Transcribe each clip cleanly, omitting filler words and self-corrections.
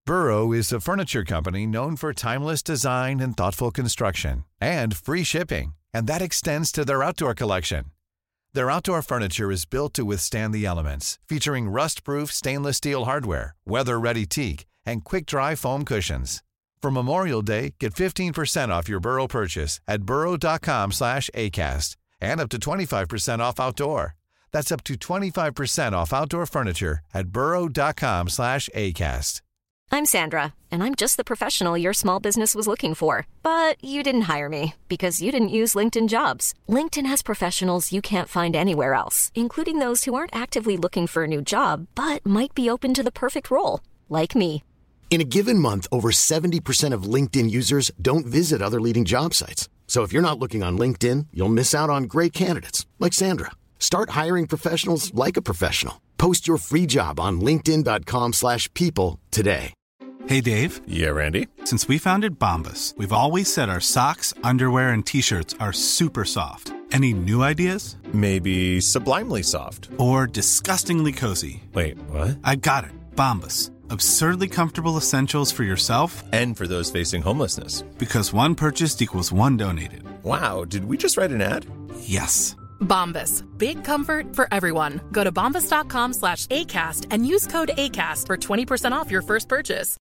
Burrow is a furniture company known for timeless design and thoughtful construction, and free shipping, and that extends to their outdoor collection. Their outdoor furniture is built to withstand the elements, featuring rust-proof stainless steel hardware, weather-ready teak, and quick-dry foam cushions. For Memorial Day, get 15% off your Burrow purchase at burrow.com/acast, and up to 25% off outdoor. That's up to 25% off outdoor furniture at burrow.com/acast. I'm Sandra, and I'm just the professional your small business was looking for. But you didn't hire me because you didn't use LinkedIn Jobs. LinkedIn has professionals you can't find anywhere else, including those who aren't actively looking for a new job, but might be open to the perfect role, like me. In a given month, over 70% of LinkedIn users don't visit other leading job sites. So if you're not looking on LinkedIn, you'll miss out on great candidates like Sandra. Start hiring professionals like a professional. Post your free job on linkedin.com/people today. Hey, Dave. Yeah, Randy. Since we founded Bombas, we've always said our socks, underwear, and T-shirts are super soft. Any new ideas? Maybe sublimely soft. Or disgustingly cozy. Wait, what? I got it. Bombas. Absurdly comfortable essentials for yourself and for those facing homelessness. Because one purchased equals one donated. Wow, did we just write an ad? Yes. Bombas. Big comfort for everyone. Go to bombas.com/ACAST and use code ACAST for 20% off your first purchase.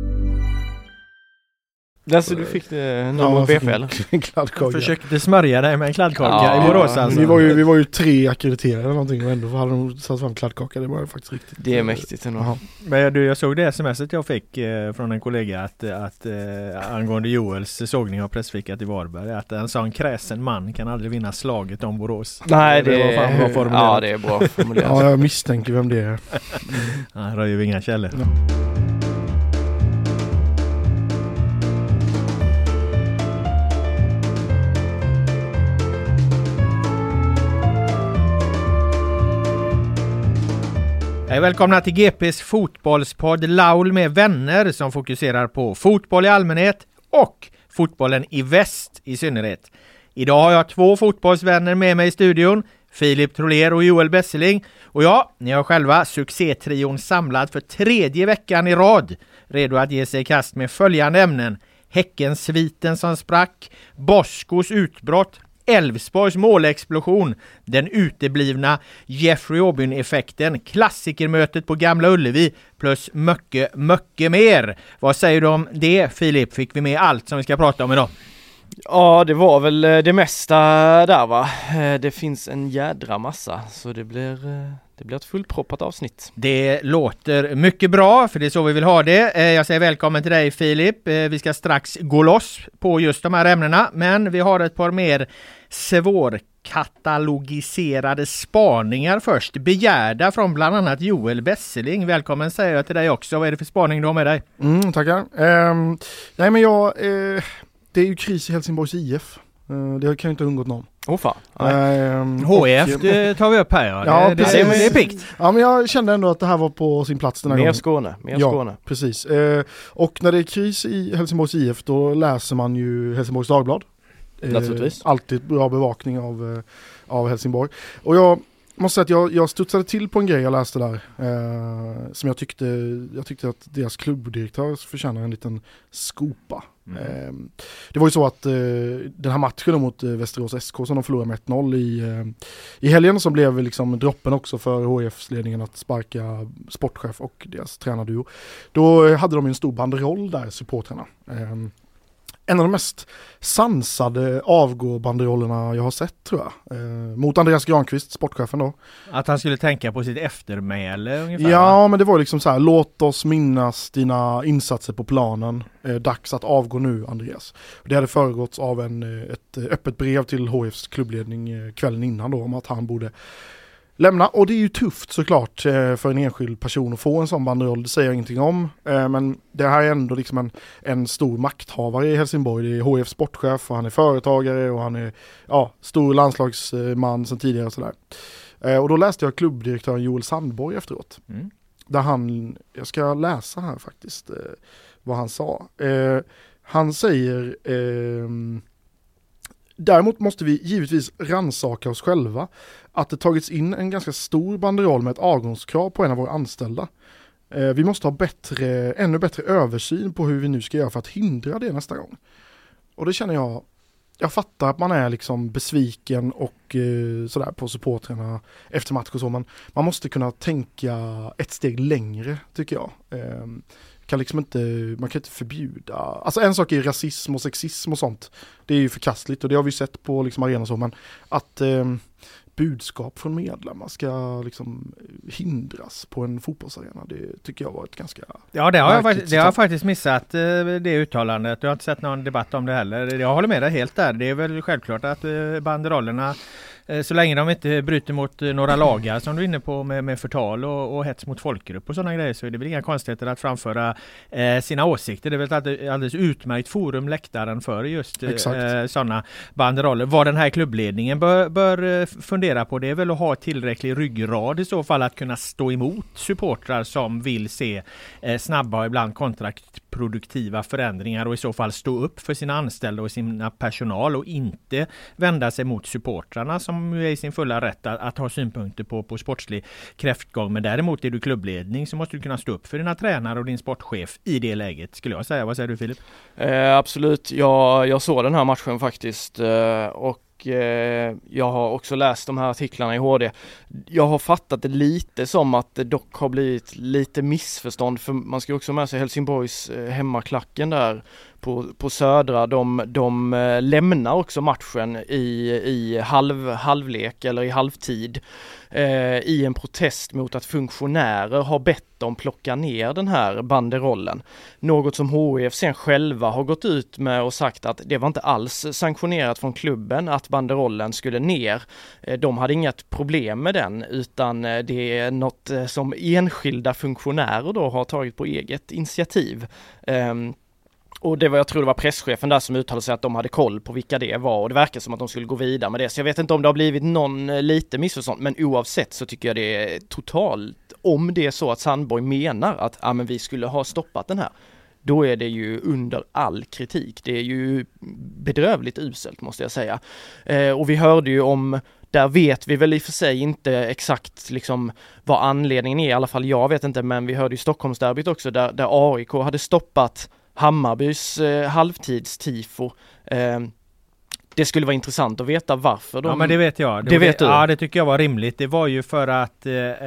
Alltså du fick det någon BP eller? En kladdkaka. Försökte smörja dig med en kladdkaka i Borås alltså. Vi var ju 3 akkrediterade eller någonting och ändå hade de satt fram kladdkaka. Det var ju faktiskt riktigt. Det är mäktigt ändå. Men jag såg det smset jag fick från en kollega att angående Joels sågning av pressfikat i Varberg, att en sån kräsen man kan aldrig vinna slaget om Borås. Nej, det var fan bra formulerat. Ja, det är bra formulerat. Ja, jag misstänker vem det är. Han rör ju inga källor. Ja. Välkomna till GPs fotbollspodd Laul med vänner som fokuserar på fotboll i allmänhet och fotbollen i väst i synnerhet. Idag har jag 2 fotbollsvänner med mig i studion, Filip Troler och Joel Besseling. Och ja, ni har själva succétrion samlad för 3:e veckan i rad, redo att ge sig i kast med följande ämnen: Häckensviten som sprack, Boskos utbrott, Elfsborgs målexplosion, den uteblivna Jeffrey Aubyn-effekten, klassikermötet på Gamla Ullevi plus mycket mer. Vad säger du om det, Filip? Fick vi med allt som vi ska prata om idag? Ja, det var väl det mesta där va. Det finns en jädra massa, så det blir ett fullproppat avsnitt. Det låter mycket bra, för det är så vi vill ha det. Jag säger välkommen till dig, Filip. Vi ska strax gå loss på just de här ämnena, men vi har ett par mer svårkatalogiserade spaningar först. Begärda från bland annat Joel Besseling. Välkommen säger jag till dig också. Vad är det för spaning du har med dig? Tackar. Nej men det är ju kris i Helsingborgs IF. Det kan ju inte ha undgått någon. Fan. HF tar vi upp här. Ja, det är pikt. Ja, men jag kände ändå att det här var på sin plats den här gången. Mer Skåne. Precis. Och när det är kris i Helsingborgs IF, då läser man ju Helsingborgs Dagblad. Naturligtvis. Alltid bra bevakning av Helsingborg. Och jag måste säga att jag studsade till på en grej jag läste där. Som jag tyckte att deras klubbdirektör förtjänar en liten skopa. Det var ju så att den här matchen mot Västerås SK som de förlorade med 1-0 i helgen, som blev liksom droppen också för HIFs-ledningen att sparka sportchef och deras tränarduo. Då hade de en stor banderoll där, supportrarna. En av de mest sansade avgå-banderollerna jag har sett, tror jag. Mot Andreas Granqvist, sportchefen då. Att han skulle tänka på sitt eftermäle ungefär? Ja, men det var liksom så här: låt oss minnas dina insatser på planen. Dags att avgå nu, Andreas. Det hade föregåtts av ett öppet brev till HFs klubbledning kvällen innan då, om att han borde lämna. Och det är ju tufft såklart för en enskild person att få en sån banderoll. Det säger jag ingenting om. Men det här är ändå liksom en stor makthavare i Helsingborg. Det är HF sportchef och han är företagare och han är stor landslagsman sedan tidigare och sådär. Och då läste jag klubbdirektören Joel Sandborg efteråt. Där jag ska läsa här faktiskt vad han sa. Han säger: däremot måste vi givetvis rannsaka oss själva att det tagits in en ganska stor banderoll med ett avgångskrav på en av våra anställda. Vi måste ha ännu bättre översyn på hur vi nu ska göra för att hindra det nästa gång. Och det känner jag fattar att man är liksom besviken och sådär på supportrarna efter match och så, men man måste kunna tänka ett steg längre, tycker jag. Man kan inte förbjuda, alltså en sak är rasism och sexism och sånt, det är ju förkastligt och det har vi sett på liksom arenan så, men att budskap från medlemmar ska liksom hindras på en fotbollsarena, det tycker jag var ett ganska... Ja, det har jag faktiskt missat, det uttalandet. Jag har inte sett någon debatt om det heller. Jag håller med dig helt där. Det är väl självklart att banderollerna, så länge de inte bryter mot några lagar som du är inne på med förtal och hets mot folkgrupp och sådana grejer, så är det väl inga konstigheter att framföra sina åsikter. Det är väl ett alldeles utmärkt forum, läktaren, för just sådana banderoller. Vad den här klubbledningen bör fundera på, det är väl att ha tillräcklig ryggrad i så fall att kunna stå emot supportrar som vill se snabba och ibland kontraproduktiva förändringar, och i så fall stå upp för sina anställda och sina personal och inte vända sig mot supportrarna som är i sin fulla rätt att ha synpunkter på sportslig kräftgång. Men däremot är du klubbledning så måste du kunna stå upp för dina tränare och din sportchef i det läget, skulle jag säga. Vad säger du, Filip? Absolut, jag såg den här matchen faktiskt och jag har också läst de här artiklarna i HD. Jag har fattat det lite som att det dock har blivit lite missförstånd, för man ska också med sig Helsingborgs hemmaklacken där på Södra. De lämnar också matchen i halvlek eller i halvtid i en protest mot att funktionärer har bett dem plocka ner den här banderollen. Något som HIF sen själva har gått ut med och sagt att det var inte alls sanktionerat från klubben att banderollen skulle ner. De hade inget problem med den, utan det är något som enskilda funktionärer då har tagit på eget initiativ. Och jag tror det var presschefen där som uttalade sig att de hade koll på vilka det var, och det verkar som att de skulle gå vidare med det. Så jag vet inte om det har blivit någon lite missförstånd, men oavsett så tycker jag det är totalt, om det är så att Sandborg menar att men vi skulle ha stoppat den här, då är det ju under all kritik. Det är ju bedrövligt uselt, måste jag säga. Och vi hörde ju om, där vet vi väl i och för sig inte exakt liksom vad anledningen är, i alla fall jag vet inte, men vi hörde ju Stockholmsderbyt också där AIK hade stoppat Hammarbys halvtidstifo. Det skulle vara intressant att veta varför de... Ja, men det vet jag. Det vet du? Ja, det tycker jag var rimligt. Det var ju för att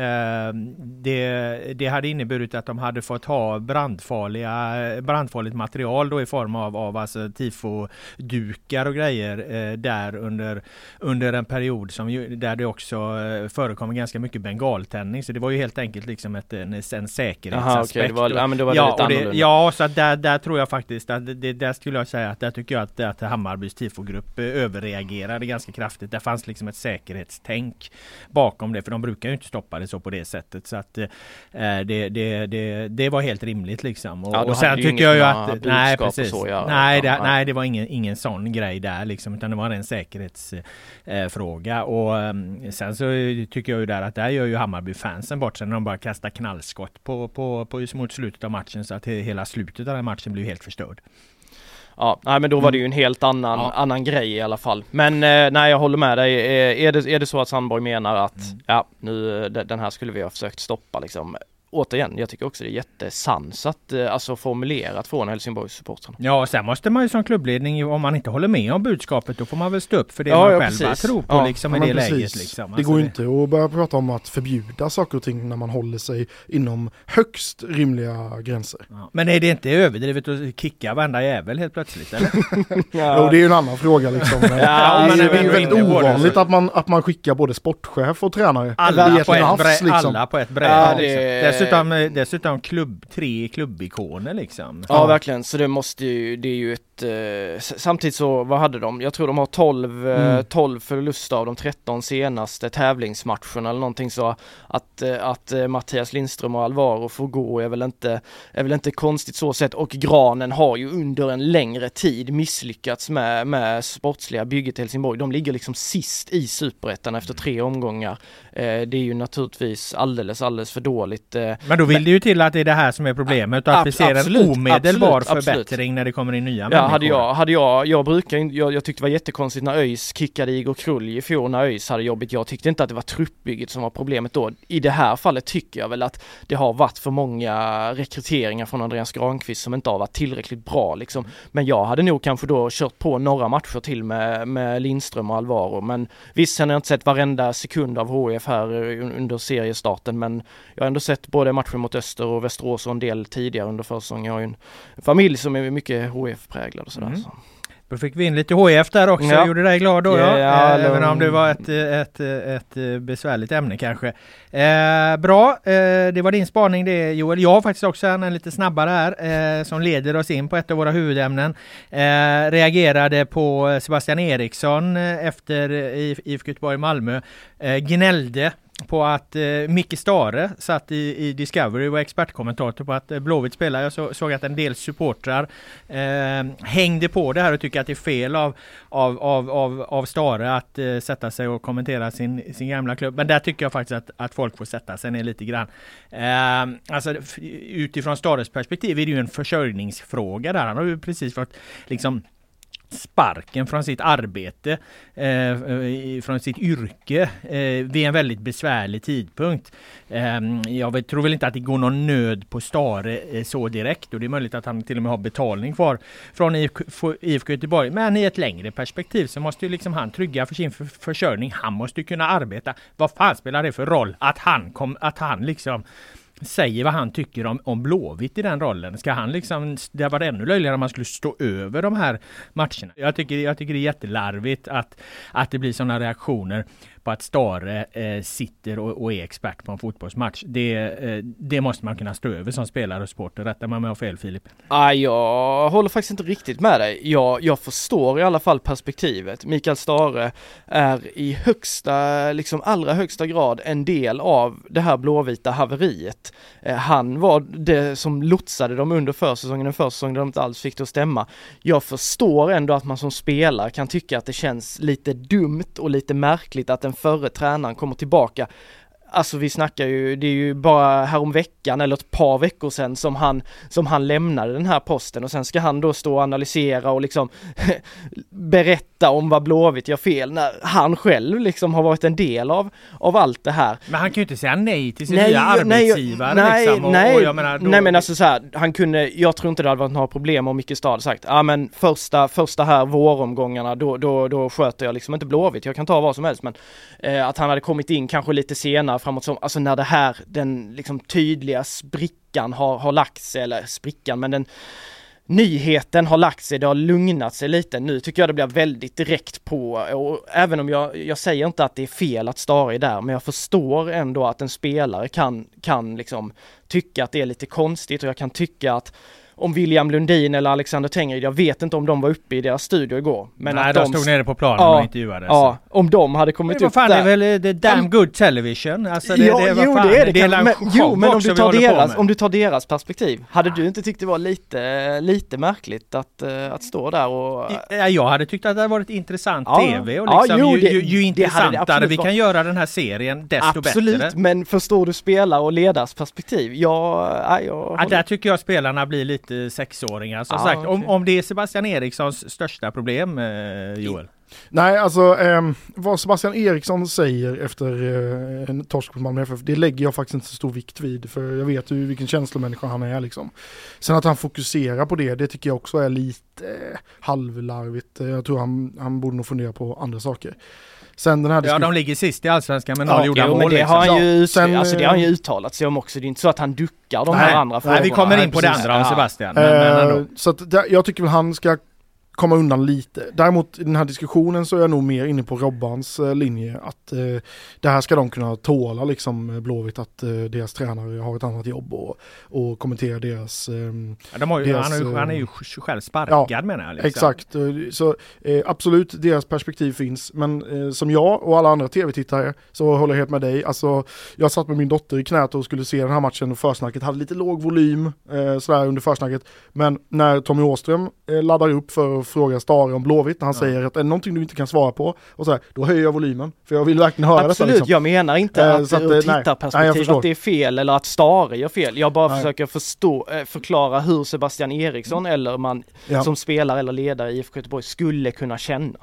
det hade inneburit att de hade fått ha brandfarligt material då i form av alltså tifodukar och grejer där under en period där det också förekommer ganska mycket bengaltändning. Så det var ju helt enkelt liksom en säkerhetsaspekt. Aha, okay. Men det var lite annorlunda. Ja, så där tror jag faktiskt att där skulle jag säga att där tycker jag att Hammarbys tifogrupp överreagerade ganska kraftigt. Det fanns liksom ett säkerhetstänk bakom det, för de brukar ju inte stoppa det så på det sättet, så att det var helt rimligt liksom. Och sen tycker jag ju att nej, precis. Nej, det var ingen sån grej där liksom, utan det var en säkerhetsfråga. Och sen så tycker jag ju där att där gör ju Hammarby-fansen bort sig när de bara kastar knallskott på mot slutet av matchen, så att hela slutet av den matchen blev helt förstörd. Ja, nej, men då var det ju en helt annan grej i alla fall. Men nej, jag håller med dig. Är det så att Sandborg menar att nu den här skulle vi ha försökt stoppa liksom. Återigen, jag tycker också det är jättesansat alltså formulerat från Helsingborgs supportrarna. Ja, sen måste man ju som klubbledning, om man inte håller med om budskapet, då får man väl stå upp för det man själva tror på liksom, i det läget. Liksom. Det går inte att börja prata om att förbjuda saker och ting när man håller sig inom högst rimliga gränser. Ja. Men är det inte överdrivet att kicka varenda jävel helt plötsligt, eller? Jo, det är ju en annan fråga liksom. Men det är ju väldigt ovanligt att man skickar både sportchef och tränare. Alla på ett bräde. Dessutom tre klubbikoner liksom. Ja, verkligen. Så det är ju ett samtidigt så, vad hade de? Jag tror de har 12 förluster av de 13 senaste tävlingsmatcherna eller någonting, så att Mattias Lindström och Alvaro får gå är väl inte konstigt så sett, och Granen har ju under en längre tid misslyckats med sportsliga bygget i Helsingborg. De ligger liksom sist i Superettan efter 3 omgångar. Det är ju naturligtvis alldeles för dåligt. Men då vill det ju till att det är det här som är problemet och att vi ser en omedelbar förbättring när det kommer in nya människor. Jag tyckte det var jättekonstigt när ÖIS kickade Igor Krulj i fjol när ÖIS hade jobbigt. Jag tyckte inte att det var truppbygget som var problemet då. I det här fallet tycker jag väl att det har varit för många rekryteringar från Andreas Granqvist som inte har varit tillräckligt bra liksom. Men jag hade nog kanske då kört på några matcher till med Lindström och Alvaro. Men visst, sen har jag inte sett varenda sekund av HIF här under seriestarten, men jag har ändå sett både matchen mot Öster och Västerås och en del tidigare under försäsongen. Jag har ju en familj som är mycket HIF-präglad och sådär. Så. Då fick vi in lite HIF där också, gjorde dig glad då, även om det var ett besvärligt ämne kanske. Bra, det var din spaning det, Joel. Jag har faktiskt också en lite snabbare här som leder oss in på ett av våra huvudämnen. Reagerade på Sebastian Eriksson efter IFK Göteborg-Malmö, gnällde på att Micke Stare satt i Discovery och var expertkommentator på att Blåvitt spelar. Jag såg att en del supportrar hängde på det här och tycker att det är fel av Stare att sätta sig och kommentera sin gamla klubb. Men där tycker jag faktiskt att folk får sätta sig ner lite grann. Alltså utifrån Stares perspektiv är det ju en försörjningsfråga där. Han har ju precis fått liksom sparken från sitt arbete, från sitt yrke vid en väldigt besvärlig tidpunkt. Jag tror väl inte att det går någon nöd på Stare så direkt, och det är möjligt att han till och med har betalning kvar från IFK Göteborg, men i ett längre perspektiv så måste ju liksom han trygga för sin försörjning. Han måste ju kunna arbeta. Vad fan spelar det för roll att han liksom säger vad han tycker om Blåvitt i den rollen? Ska han liksom, det var ännu löjligare om man skulle stå över de här matcherna. Jag tycker det är jättelarvigt att det blir sådana reaktioner på att Stare sitter och är expert på en fotbollsmatch. Det måste man kunna stå över som spelare och supporter. Rättar man med fel, Filip? Jag håller faktiskt inte riktigt med dig. Jag förstår i alla fall perspektivet. Mikael Stare är i allra högsta grad en del av det här blåvita haveriet. Han var det som lotsade dem under försäsongen, en försäsong där de inte alls fick det att stämma. Jag förstår ändå att man som spelare kan tycka att det känns lite dumt och lite märkligt att den förre tränaren kommer tillbaka. Alltså vi snackar ju, det är ju bara härom veckan eller ett par veckor sedan som han lämnade den här posten, och sen ska han då stå och analysera och liksom berätta om vad Blåvitt gör fel när han själv liksom har varit en del av allt det här. Men han kan ju inte säga nej till sin nya arbetsgivare. Nej, men alltså så här, jag tror inte det hade varit några problem om Micke Stad sagt, men första här våromgångarna då sköter jag liksom inte Blåvitt, jag kan ta vad som helst, men att han hade kommit in kanske lite senare framåt, som, alltså när den liksom tydliga sprickan har lagt sig, eller sprickan, men den nyheten har lagt sig, det har lugnat sig lite. Nu tycker jag det blir väldigt direkt på, och även om jag säger inte att det är fel att Stare är där, men jag förstår ändå att en spelare kan liksom tycka att det är lite konstigt, och jag kan tycka att om William Lundin eller Alexander Tengryd, jag vet inte om de var uppe i deras studio igår. Men nej, att de stod nere på planen och intervjuade. Ja, om de hade kommit upp där. Det är väl det damn good television. Alltså det är men om du tar deras perspektiv, hade du inte tyckt det var lite märkligt att stå där och... Jag hade tyckt att det hade varit intressant tv, och liksom, ju intressantare vi kan göra den här serien, desto absolut, bättre. Men förstår du spelare och ledars perspektiv? Där tycker jag spelarna blir lite sexåringar. Som sagt, om det är Sebastian Erikssons största problem, Joel? Nej, alltså vad Sebastian Eriksson säger efter en torsk på Malmö FF, det lägger jag faktiskt inte så stor vikt vid, för jag vet ju vilken känslomänniska han är liksom. Sen att han fokuserar på det tycker jag också är lite halvlarvigt. Jag tror han borde nog fundera på andra saker. Sen den här de ligger sist i Allsvenskan med 0 gjorda mål. Men det har han ju uttalat sig om också. Det är inte så att han duckar de här andra frågorna. Nej, vi kommer in på det andra om Sebastian. Så att jag tycker väl han ska komma undan lite. Däremot i den här diskussionen så är jag nog mer inne på Robbans linje, att det här ska de kunna tåla liksom, Blåvitt, att deras tränare har ett annat jobb och kommentera deras... han är ju själv sparkad, menar jag. Liksom. Exakt. Så absolut, deras perspektiv finns, men som jag och alla andra tv-tittare så håller jag helt med dig. Alltså, jag satt med min dotter i knät och skulle se den här matchen, och försnacket hade lite låg volym sådär under försnacket, men när Tommy Åström laddar upp för att frågar Stare om Blåvitt när han säger att är det någonting du inte kan svara på och så här, då höjer jag volymen för jag vill verkligen höra absolut, detta. Liksom. Jag menar inte att tittarperspektiv att det är fel eller att Stare gör fel. Jag bara försöker förklara hur Sebastian Eriksson eller man som spelare eller ledare i IFK Göteborg skulle kunna känna.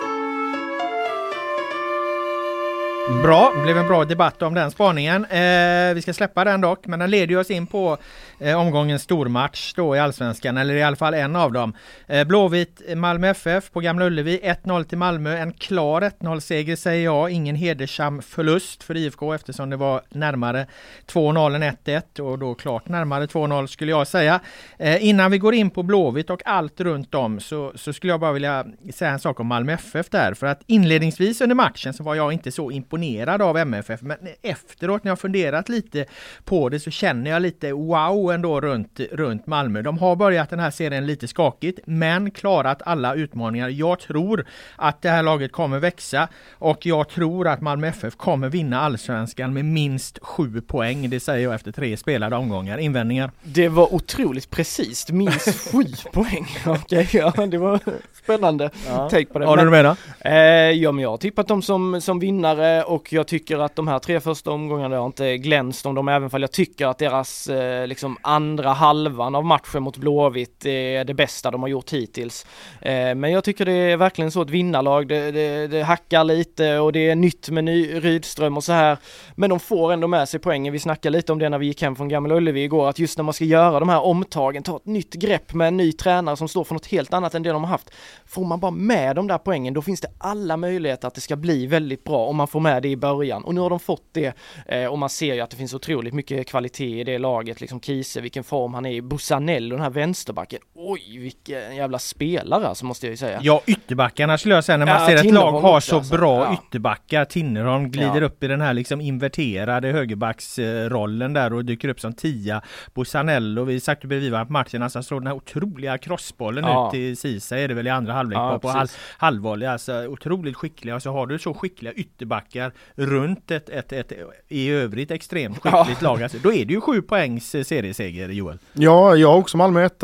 Bra, det blev en bra debatt om den spaningen. Vi ska släppa den dock, men den leder oss in på omgångens stormatch då i Allsvenskan, eller i alla fall en av dem. Blåvitt Malmö FF på Gamla Ullevi, 1-0 till Malmö. En klar 1-0-seger säger jag, ingen hedersam förlust för IFK eftersom det var närmare 2-0 än 1-1 och då klart närmare 2-0 skulle jag säga. Innan vi går in på Blåvitt och allt runt om så skulle jag bara vilja säga en sak om Malmö FF där, för att inledningsvis under matchen så var jag inte så imponerad av MFF, men efteråt när jag funderat lite på det så känner jag lite wow ändå runt Malmö. De har börjat den här serien lite skakigt men klarat alla utmaningar. Jag tror att det här laget kommer växa och jag tror att Malmö FF kommer vinna Allsvenskan med minst 7 poäng. Det säger jag efter 3 spelade omgångar. Invändningar? Det var otroligt precis. Minst 7 poäng. Okej, ja, det var spännande. Take på det. Har du med då? Ja, men jag har tippat dem som vinnare och jag tycker att de här 3 första omgångarna har inte glänst om dem, även fall jag tycker att deras liksom andra halvan av matchen mot Blåvitt är det bästa de har gjort hittills. Men jag tycker det är verkligen så ett vinnarlag. Det hackar lite och det är nytt med Rydström och så här. Men de får ändå med sig poängen. Vi snackade lite om det när vi gick hem från Gamla Ullevi igår, att just när man ska göra de här omtagen, ta ett nytt grepp med en ny tränare som står för något helt annat än det de har haft. Får man bara med de där poängen, då finns det alla möjligheter att det ska bli väldigt bra om man får med det i början. Och nu har de fått det och man ser ju att det finns otroligt mycket kvalitet i det laget. Liksom Kiese, vilken form han är i. Bussanello, den här vänsterbacken. Oj, vilken jävla spelare alltså, måste jag ju säga. Ja, ytterbackarna skulle jag säga. När man ser ett lag har så bra ytterbackar. Tinnerholm glider upp i den här liksom inverterade högerbacksrollen där och dyker upp som 10. Bussanello, vi sagt bredvid på matchen, alltså slår den här otroliga crossbollen ut till Sisa, är det väl i andra halvlek på halvvolley. Alltså otroligt skickliga. Och så har du så skickliga ytterbackar runt ett i övrigt extremt skickligt lag. Alltså, då är det ju 7 poängs serieseger, Joel. Ja, jag också Malmö 1.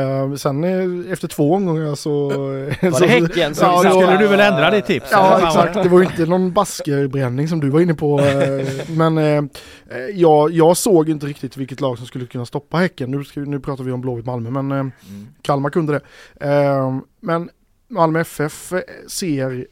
Sen efter 2 omgångar så... Var det Häcken? Så skulle du väl ändra ditt tips? Ja, exakt. Det var ju inte någon baskerbränning som du var inne på. Men jag såg inte riktigt vilket lag som skulle kunna stoppa Häcken. Nu pratar vi om Blåvitt Malmö, men Kalmar kunde det. Men Malmö FF ser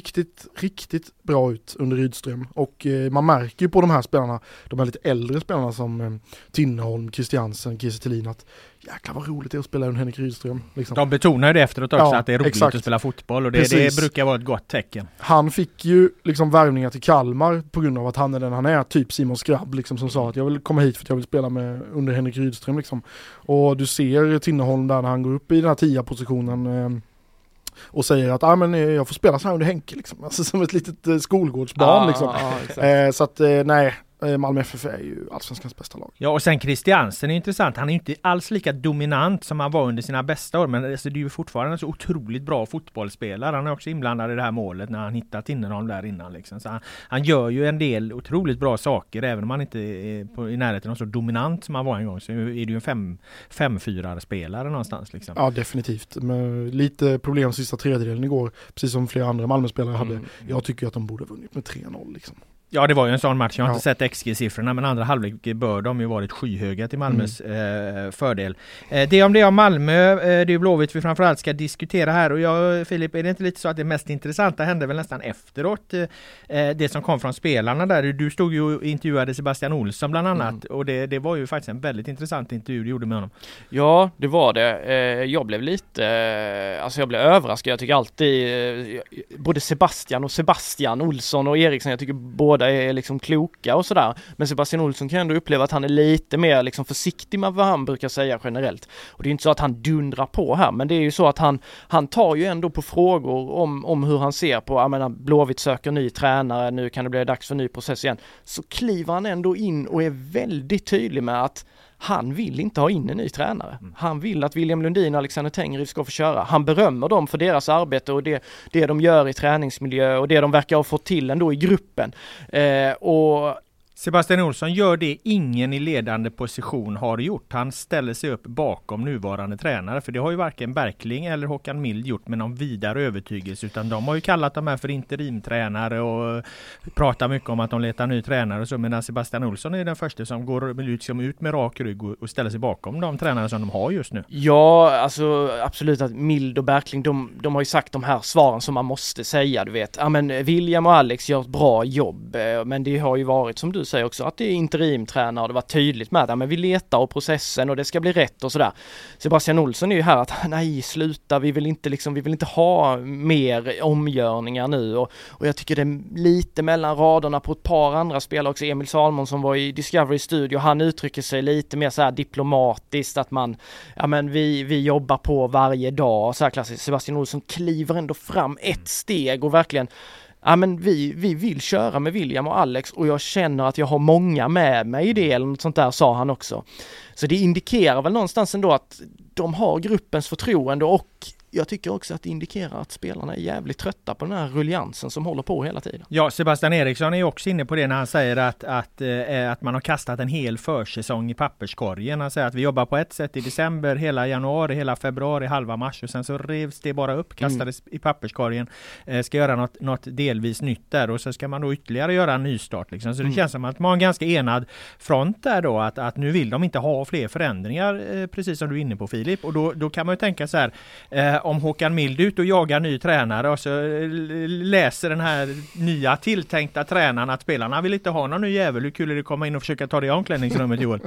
riktigt bra ut under Rydström och man märker ju på de här spelarna, de här lite äldre spelarna som Tinnerholm, Christiansen, Kiese Thelin, att jäklar vad roligt det är att spela under Henrik Rydström. Liksom. De betonar ju det efteråt också, att det är roligt att spela fotboll och det brukar vara ett gott tecken. Han fick ju liksom värvningar till Kalmar på grund av att han är den han är, typ Simon Skrabb liksom, som sa att jag vill komma hit för att jag vill spela med under Henrik Rydström liksom. Och du ser Tinnerholm där när han går upp i den här 10-positionen och säger att men jag får spela så här under Henke liksom. Alltså som ett litet skolgårdsbarn liksom. Så att nej, Malmö FF är ju allsvenskans bästa lag. Ja, och sen Christiansen är intressant. Han är inte alls lika dominant som han var under sina bästa år, men alltså, det är ju fortfarande en så otroligt bra fotbollsspelare. Han är också inblandad i det här målet när han hittar Tinnerholm där innan liksom. Så han gör ju en del otroligt bra saker, även om han inte är i närheten av så dominant som han var en gång, så är det ju en 5-4-spelare någonstans liksom. Ja, definitivt. Med lite problem sista tredjedelen igår, precis som flera andra Malmö-spelare hade. Jag tycker att de borde ha vunnit med 3-0 liksom. Ja, det var ju en sån match. Jag har inte sett XG-siffrorna, men andra halvlek bör de ju varit skyhöga till Malmös fördel. Det om Malmö, det är ju Blåvitt vi framförallt ska diskutera här. Och Filip, är det inte lite så att det mest intressanta hände väl nästan efteråt? Det som kom från spelarna där. Du stod ju och intervjuade Sebastian Olsson bland annat. Och det var ju faktiskt en väldigt intressant intervju du gjorde med honom. Ja, det var det. Jag blev lite... jag blev överraskad. Jag tycker alltid... både Sebastian Olsson och Eriksson, jag tycker båda är liksom kloka och sådär. Men Sebastian Olsson kan ändå uppleva att han är lite mer liksom försiktig med vad han brukar säga generellt. Och det är inte så att han dundrar på här, men det är ju så att han tar ju ändå på frågor om hur han ser på, jag menar, Blåvitt söker ny tränare, nu kan det bli dags för ny process igen. Så kliver han ändå in och är väldigt tydlig med att han vill inte ha in en ny tränare. Han vill att William Lundin och Alexander Tengryd ska få köra. Han berömmer dem för deras arbete och det de gör i träningsmiljö och det de verkar ha fått till ändå i gruppen. Och Sebastian Olsson gör det ingen i ledande position har gjort. Han ställer sig upp bakom nuvarande tränare, för det har ju varken Berkling eller Håkan Mild gjort med någon vidare övertygelse, utan de har ju kallat dem här för interimtränare och pratar mycket om att de letar ny tränare och så, medan Sebastian Olsson är den första som går liksom ut med rak rygg och ställer sig bakom de tränare som de har just nu. Ja, alltså absolut att Mild och Berkling, de har ju sagt de här svaren som man måste säga, du vet. Ja, men William och Alex gör ett bra jobb, men det har ju varit, som du säger också, att det är interimtränare och det var tydligt med att vi letar och processen och det ska bli rätt och sådär. Sebastian Olsson är ju här att nej, sluta, vi vill inte ha mer omgörningar nu, och jag tycker det är lite mellan raderna på ett par andra spelare också. Emil Salmon som var i Discovery Studio, han uttrycker sig lite mer så här diplomatiskt, att vi jobbar på varje dag, så här klassiskt. Sebastian Olsson kliver ändå fram ett steg och verkligen vi vill köra med William och Alex, och jag känner att jag har många med mig i det, eller något sånt där, sa han också. Så det indikerar väl någonstans ändå att de har gruppens förtroende, och jag tycker också att det indikerar att spelarna är jävligt trötta på den här rulliansen som håller på hela tiden. Ja, Sebastian Eriksson är ju också inne på det när han säger att man har kastat en hel försäsong i papperskorgen. Han säger att vi jobbar på ett sätt i december, hela januari, hela februari, halva mars, och sen så revs det bara upp, kastades i papperskorgen. Ska göra något delvis nytt där, och så ska man då ytterligare göra en nystart liksom. Så det känns som att man har en ganska enad front där då, att nu vill de inte ha fler förändringar, precis som du är inne på, Filip. Och då kan man ju tänka så här, om Håkan Mild ut och jagar ny tränare, och så läser den här nya tilltänkta tränaren att spelarna vill inte ha någon ny jävel. Hur kul är det att komma in och försöka ta det i omklädningsrummet, Joel?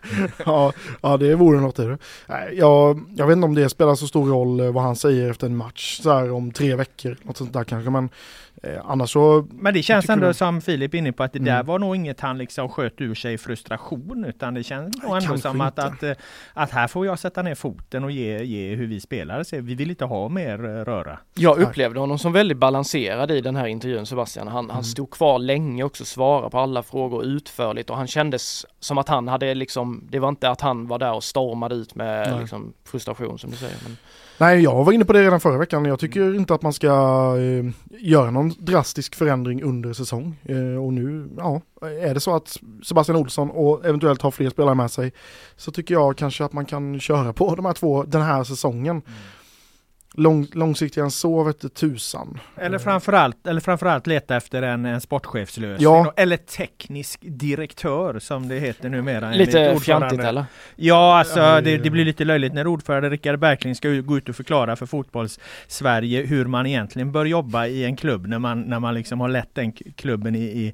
ja, det vore något i det. Jag vet inte om det spelar så stor roll vad han säger efter en match så här om 3 veckor, något sånt där kanske, men annars så... Men det känns ändå som Filip inne på att det där var nog inget han liksom sköt ur sig i frustration, utan det känns nog ändå som att här får jag sätta ner foten och ge hur vi spelar. Så vi vill inte ha mer röra. Jag upplevde honom som väldigt balanserad i den här intervjun, Sebastian. Han stod kvar länge också, svarade på alla frågor utförligt, och han kändes som att han hade liksom, det var inte att han var där och stormade ut med liksom frustration som du säger. Men... Nej, jag var inne på det redan förra veckan. Jag tycker inte att man ska göra någon drastisk förändring under säsong. Och nu, är det så att Sebastian Olsson och eventuellt har fler spelare med sig, så tycker jag kanske att man kan köra på de här 2 den här säsongen. Långsiktigt än så vet du tusan. Eller framförallt leta efter en sportchefslösning. Ja. Eller teknisk direktör som det heter numera. Lite fjantigt eller? Ja, alltså det blir lite löjligt när ordförande Rickard Berkling ska gå ut och förklara för fotbolls-Sverige hur man egentligen bör jobba i en klubb när man liksom har lett den klubben i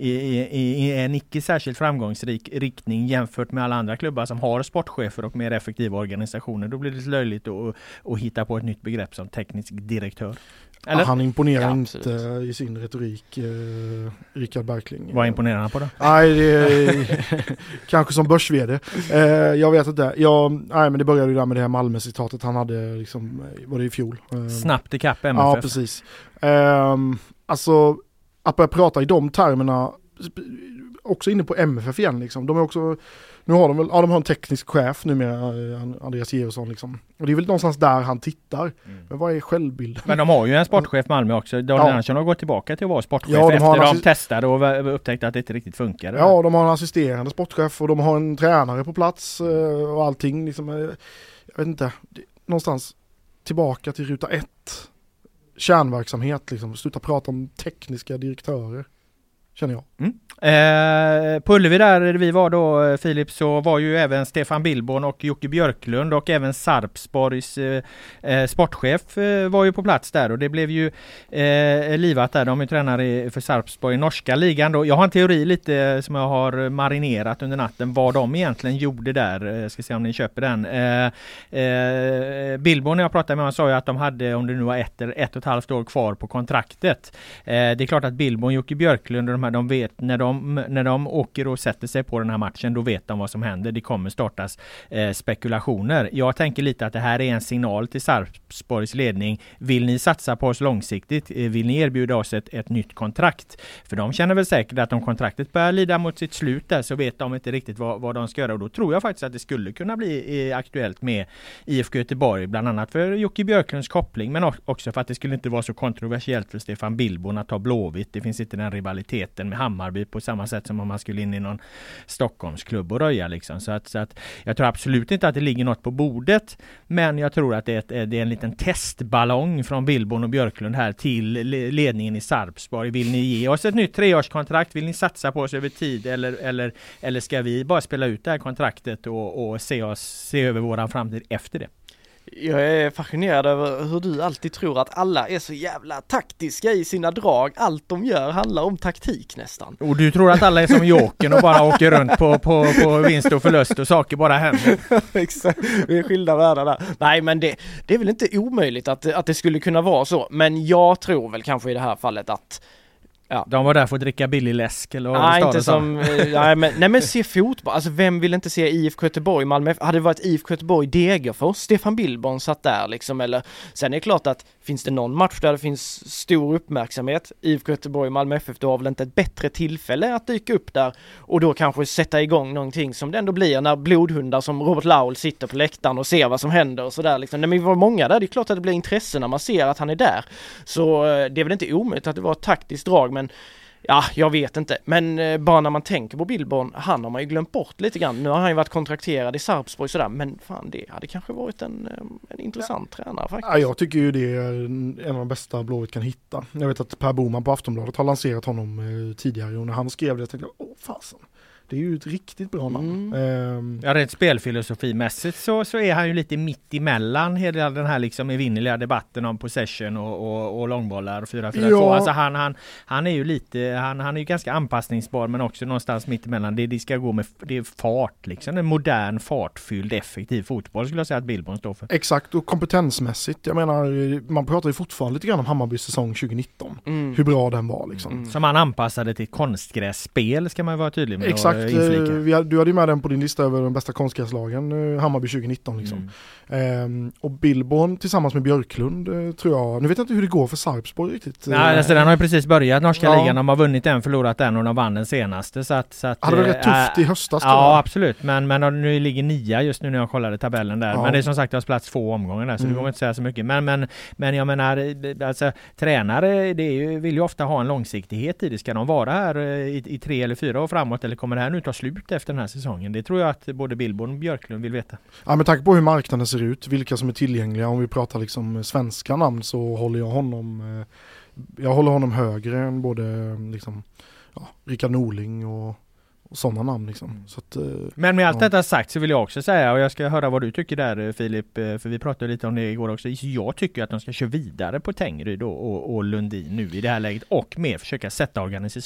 en icke särskilt framgångsrik riktning jämfört med alla andra klubbar som har sportchefer och mer effektiva organisationer. Då blir det löjligt att hitta på ett nytt begrepp som teknisk direktör. Eller? Han imponerar inte i sin retorik, Rickard Berkling. Vad imponerar han på då? Nej, det är kanske som börs-vd. Jag vet inte. Men det började ju där med det här Malmö-citatet han hade liksom, var det i fjol? Snabbt i kapp MFF. Ja, precis. Alltså, att börja prata i de termerna, också inne på MFF igen liksom. De är också, nu har de har en teknisk chef nu med Andreas Georgsson liksom. Och det är väl någonstans där han tittar. Men vad är självbilden? Men de har ju en sportchef Malmö också. Dan Andersson har gått tillbaka till att vara sportchef efter de testade och upptäckte att det inte riktigt funkar. Ja, de har en assisterande sportchef och de har en tränare på plats och allting liksom. Jag vet inte, någonstans tillbaka till ruta 1. Kärnverksamhet liksom. Sluta prata om tekniska direktörer, känner jag. På Ullevi där vi var då, Filip, så var ju även Stefan Billborn och Jocke Björklund och även Sarpsborgs sportchef var ju på plats där, och det blev ju livat där. De är tränare för Sarpsborg i norska ligan då. Jag har en teori lite som jag har marinerat under natten vad de egentligen gjorde där. Ska se om ni köper den. Billborn, när jag pratade med honom, sa ju att de hade, om det nu var 1,5 år kvar på kontraktet. Det är klart att Billborn, Jocke Björklund och de vet när de åker och sätter sig på den här matchen, då vet de vad som händer. Det kommer startas spekulationer. Jag tänker lite att det här är en signal till Sarpsborgs ledning. Vill ni satsa på oss långsiktigt? Vill ni erbjuda oss ett nytt kontrakt? För de känner väl säkert att om kontraktet börjar lida mot sitt slut där, så vet de inte riktigt vad de ska göra. Och då tror jag faktiskt att det skulle kunna bli aktuellt med IFK Göteborg, bland annat för Jocke Björklunds koppling, men också för att det skulle inte vara så kontroversiellt för Stefan Billborn att ta Blåvitt. Det finns inte den rivaliteten stafetten med Hammarby på samma sätt som om man skulle in i någon Stockholmsklubb och röja liksom. Så att jag tror absolut inte att det ligger något på bordet, men jag tror att det är en liten testballong från Billborn och Björklund här till ledningen i Sarpsborg. Vill ni ge oss ett nytt 3-årskontrakt? Vill ni satsa på oss över tid eller ska vi bara spela ut det här kontraktet och se över våran framtid efter det? Jag är fascinerad över hur du alltid tror att alla är så jävla taktiska i sina drag. Allt de gör handlar om taktik nästan. Och du tror att alla är som Jokern och bara åker runt på vinst och förlust och saker bara händer. Exakt, vi är skilda världar där. Nej, men det är väl inte omöjligt att det skulle kunna vara så. Men jag tror väl kanske i det här fallet att de var där för att dricka billig läsk eller nej, inte som nej men se fotboll. Alltså vem vill inte se IFK Göteborg, Malmö? Hade det varit IFK Göteborg, Degerfors, Stefan Billborn satt där liksom, eller sen är det klart att finns det någon match där det finns stor uppmärksamhet, IFK Göteborg, Malmö FF, då har väl inte ett bättre tillfälle att dyka upp där och då kanske sätta igång någonting som det ändå blir när blodhundar som Robert Laul sitter på läktaren och ser vad som händer och sådär liksom. När vi var många där, det är klart att det blir intresse när man ser att han är där. Så det är väl inte omöjligt att det var ett taktiskt drag, men ja, jag vet inte. Men bara när man tänker på Billborn, han har man ju glömt bort lite grann. Nu har han ju varit kontrakterad i Sarpsborg sådär, men fan, det hade kanske varit en intressant tränare faktiskt. Ja, jag tycker ju det är en av de bästa Blåvitt kan hitta. Jag vet att Per Boman på Aftonbladet har lanserat honom tidigare och när han skrev det jag tänkte jag, fasen. Det är ju ett riktigt bra namn. Ja, rent spelfilosofimässigt så är han ju lite mitt emellan hela den här liksom evinnerliga debatten om possession och långbollar och 4-4-2. Ja. Alltså han är ju lite, han är ju ganska anpassningsbar, men också någonstans mitt emellan. Det ska gå med det är fart liksom, en modern, fartfylld, effektiv fotboll skulle jag säga att Billborn står för. Exakt, och kompetensmässigt. Jag menar, man pratar ju fortfarande lite grann om Hammarbys säsong 2019. Hur bra den var liksom. Som han anpassade till konstgrässpel ska man vara tydlig med. Exakt. Du hade ju med den på din lista över de bästa konstgräslagen, Hammarby 2019 liksom. Och Billborn tillsammans med Björklund tror jag, nu vet jag inte hur det går för Sarpsborg riktigt. Nej, alltså den har ju precis börjat, norska ligan, de har vunnit en, förlorat en och de vann den senaste. Så att hade det rätt tufft i höstas? Ja, absolut, men nu ligger 9 just nu när jag kollade tabellen där. Men det är som sagt, det har spelats 2 omgångar där, så det går inte att säga så mycket. Men jag menar, alltså tränare, vill ju ofta ha en långsiktighet i det. Ska de vara här i 3 eller 4 år framåt, eller kommer det här nu ta slut efter den här säsongen? Det tror jag att både Billborn och Björklund vill veta. Ja, med tanke på hur marknaden ser ut, vilka som är tillgängliga, om vi pratar liksom svenska namn, så håller jag honom högre än både liksom, Rickard Norling och sådana namn liksom. Så att, men med allt detta sagt så vill jag också säga, och jag ska höra vad du tycker där Filip, för vi pratade lite om det igår också. Jag tycker att de ska köra vidare på Tengryd och Lundin nu i det här läget och mer försöka sätta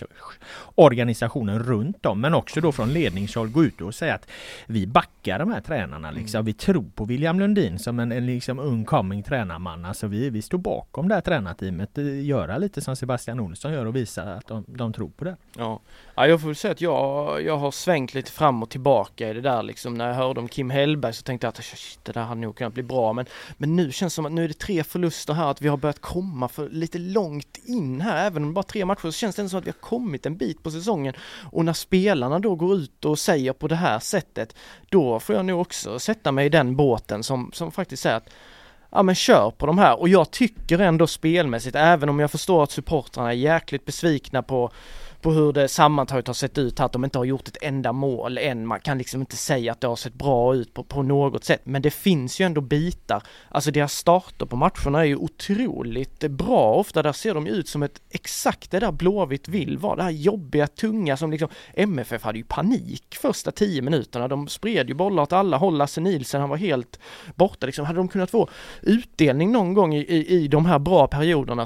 organisationen runt om, men också då från ledningshåll gå ut och säga att vi backar de här tränarna liksom. Vi tror på William Lundin som en liksom ungkoming tränarman. Alltså vi står bakom det här tränarteamet, göra lite som Sebastian Olsson gör och visa att de tror på det. Ja, jag får säga att jag har svängt lite fram och tillbaka i det där liksom. När jag hörde om Kim Hellberg så tänkte jag att det där hade nog kunnat bli bra, men nu känns det som att nu är det 3 förluster här, att vi har börjat komma för lite långt in här, även om bara 3 matcher så känns det som att vi har kommit en bit på säsongen, och när spelarna då går ut och säger på det här sättet, då får jag nog också sätta mig i den båten som faktiskt säger att ja, men kör på de här. Och jag tycker ändå spelmässigt, även om jag förstår att supportrarna är jäkligt besvikna på hur det sammantaget har sett ut, att de inte har gjort ett enda mål än. Man kan liksom inte säga att det har sett bra ut på något sätt, men det finns ju ändå bitar. Alltså deras starter på matcherna är ju otroligt bra. Ofta där ser de ut som exakt det där Blåvitt vill vara. Det här jobbiga, tunga som liksom, MFF hade ju panik första 10 minuterna. De spred ju bollar åt alla håll. Lasse Nielsen, han var helt borta liksom. Hade de kunnat få utdelning någon gång i de här bra perioderna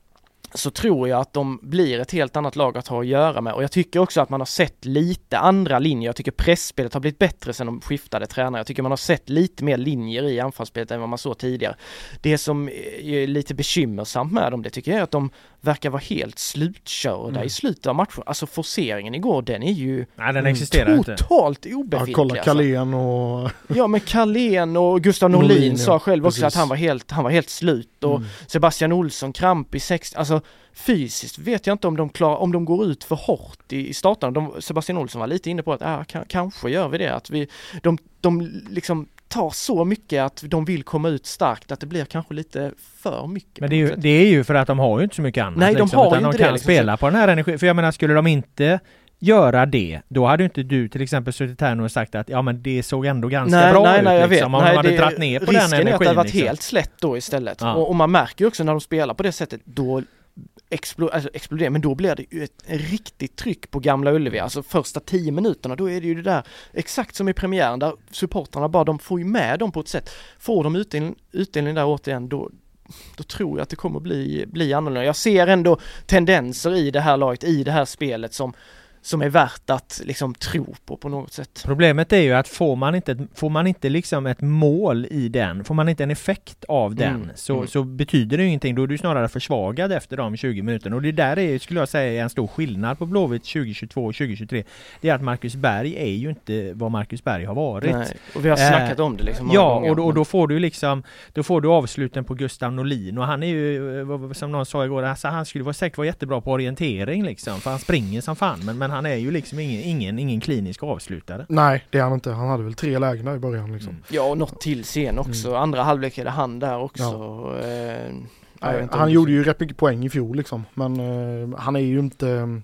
så tror jag att de blir ett helt annat lag att ha att göra med. Och jag tycker också att man har sett lite andra linjer. Jag tycker pressspelet har blivit bättre sedan de skiftade tränare. Jag tycker man har sett lite mer linjer i anfallsspelet än vad man såg tidigare. Det som är lite bekymmersamt med dem, det tycker jag är att de verkar vara helt slutkörda i slutet av matchen. Alltså forceringen igår, den är ju totalt obefintlig. Ja, kolla Carlén och... Ja, men Carlén och Gustav Norlin sa själv också att han var helt slut. Och Sebastian Olsson kramp i 60. Alltså fysiskt vet jag inte om de går ut för hårt i starten. Sebastian Olsson var lite inne på att kanske gör vi det. Att de liksom tar så mycket att de vill komma ut starkt att det blir kanske lite för mycket. Men det är ju för att de har ju inte så mycket annat. Nej, de har ju inte de kan det, spela på den här energin. För jag menar, skulle de inte göra det, då hade ju inte du till exempel suttit här och sagt att ja, men det såg ändå ganska bra ut. Jag vet. Om de hade dratt ner på den energin. Risken är att det hade varit helt slätt då istället. Ja. Och man märker ju också när de spelar på det sättet, då exploderar, men då blir det ju ett riktigt tryck på Gamla Ullevi. Alltså första 10 minuterna, då är det ju det där exakt som i premiären, där supportrarna bara, de får ju med dem på ett sätt. Får de utdelning där återigen, då tror jag att det kommer bli annorlunda. Jag ser ändå tendenser i det här laget, i det här spelet som är värt att liksom tro på något sätt. Problemet är ju att får man inte liksom ett mål i den, får man inte en effekt av den, så betyder det ju ingenting. Då är du snarare försvagad efter de 20 minuterna. Och det där är, skulle jag säga, en stor skillnad på Blåvitt 2022 och 2023. Det är att Marcus Berg är ju inte vad Marcus Berg har varit. Nej, och vi har snackat om det liksom. Ja, och då får du liksom, då får du avsluten på Gustav Norlin, och han är ju, som någon sa igår, alltså, han skulle säkert vara jättebra på orientering liksom, för han springer som fan, men han är ju liksom ingen klinisk avslutare. Nej, det är han inte. Han hade väl 3 lägen i början liksom. Ja, och något till sen också. Andra halvlek är det han där också. Ja. Han gjorde ju rätt mycket poäng i fjol liksom, men han är ju inte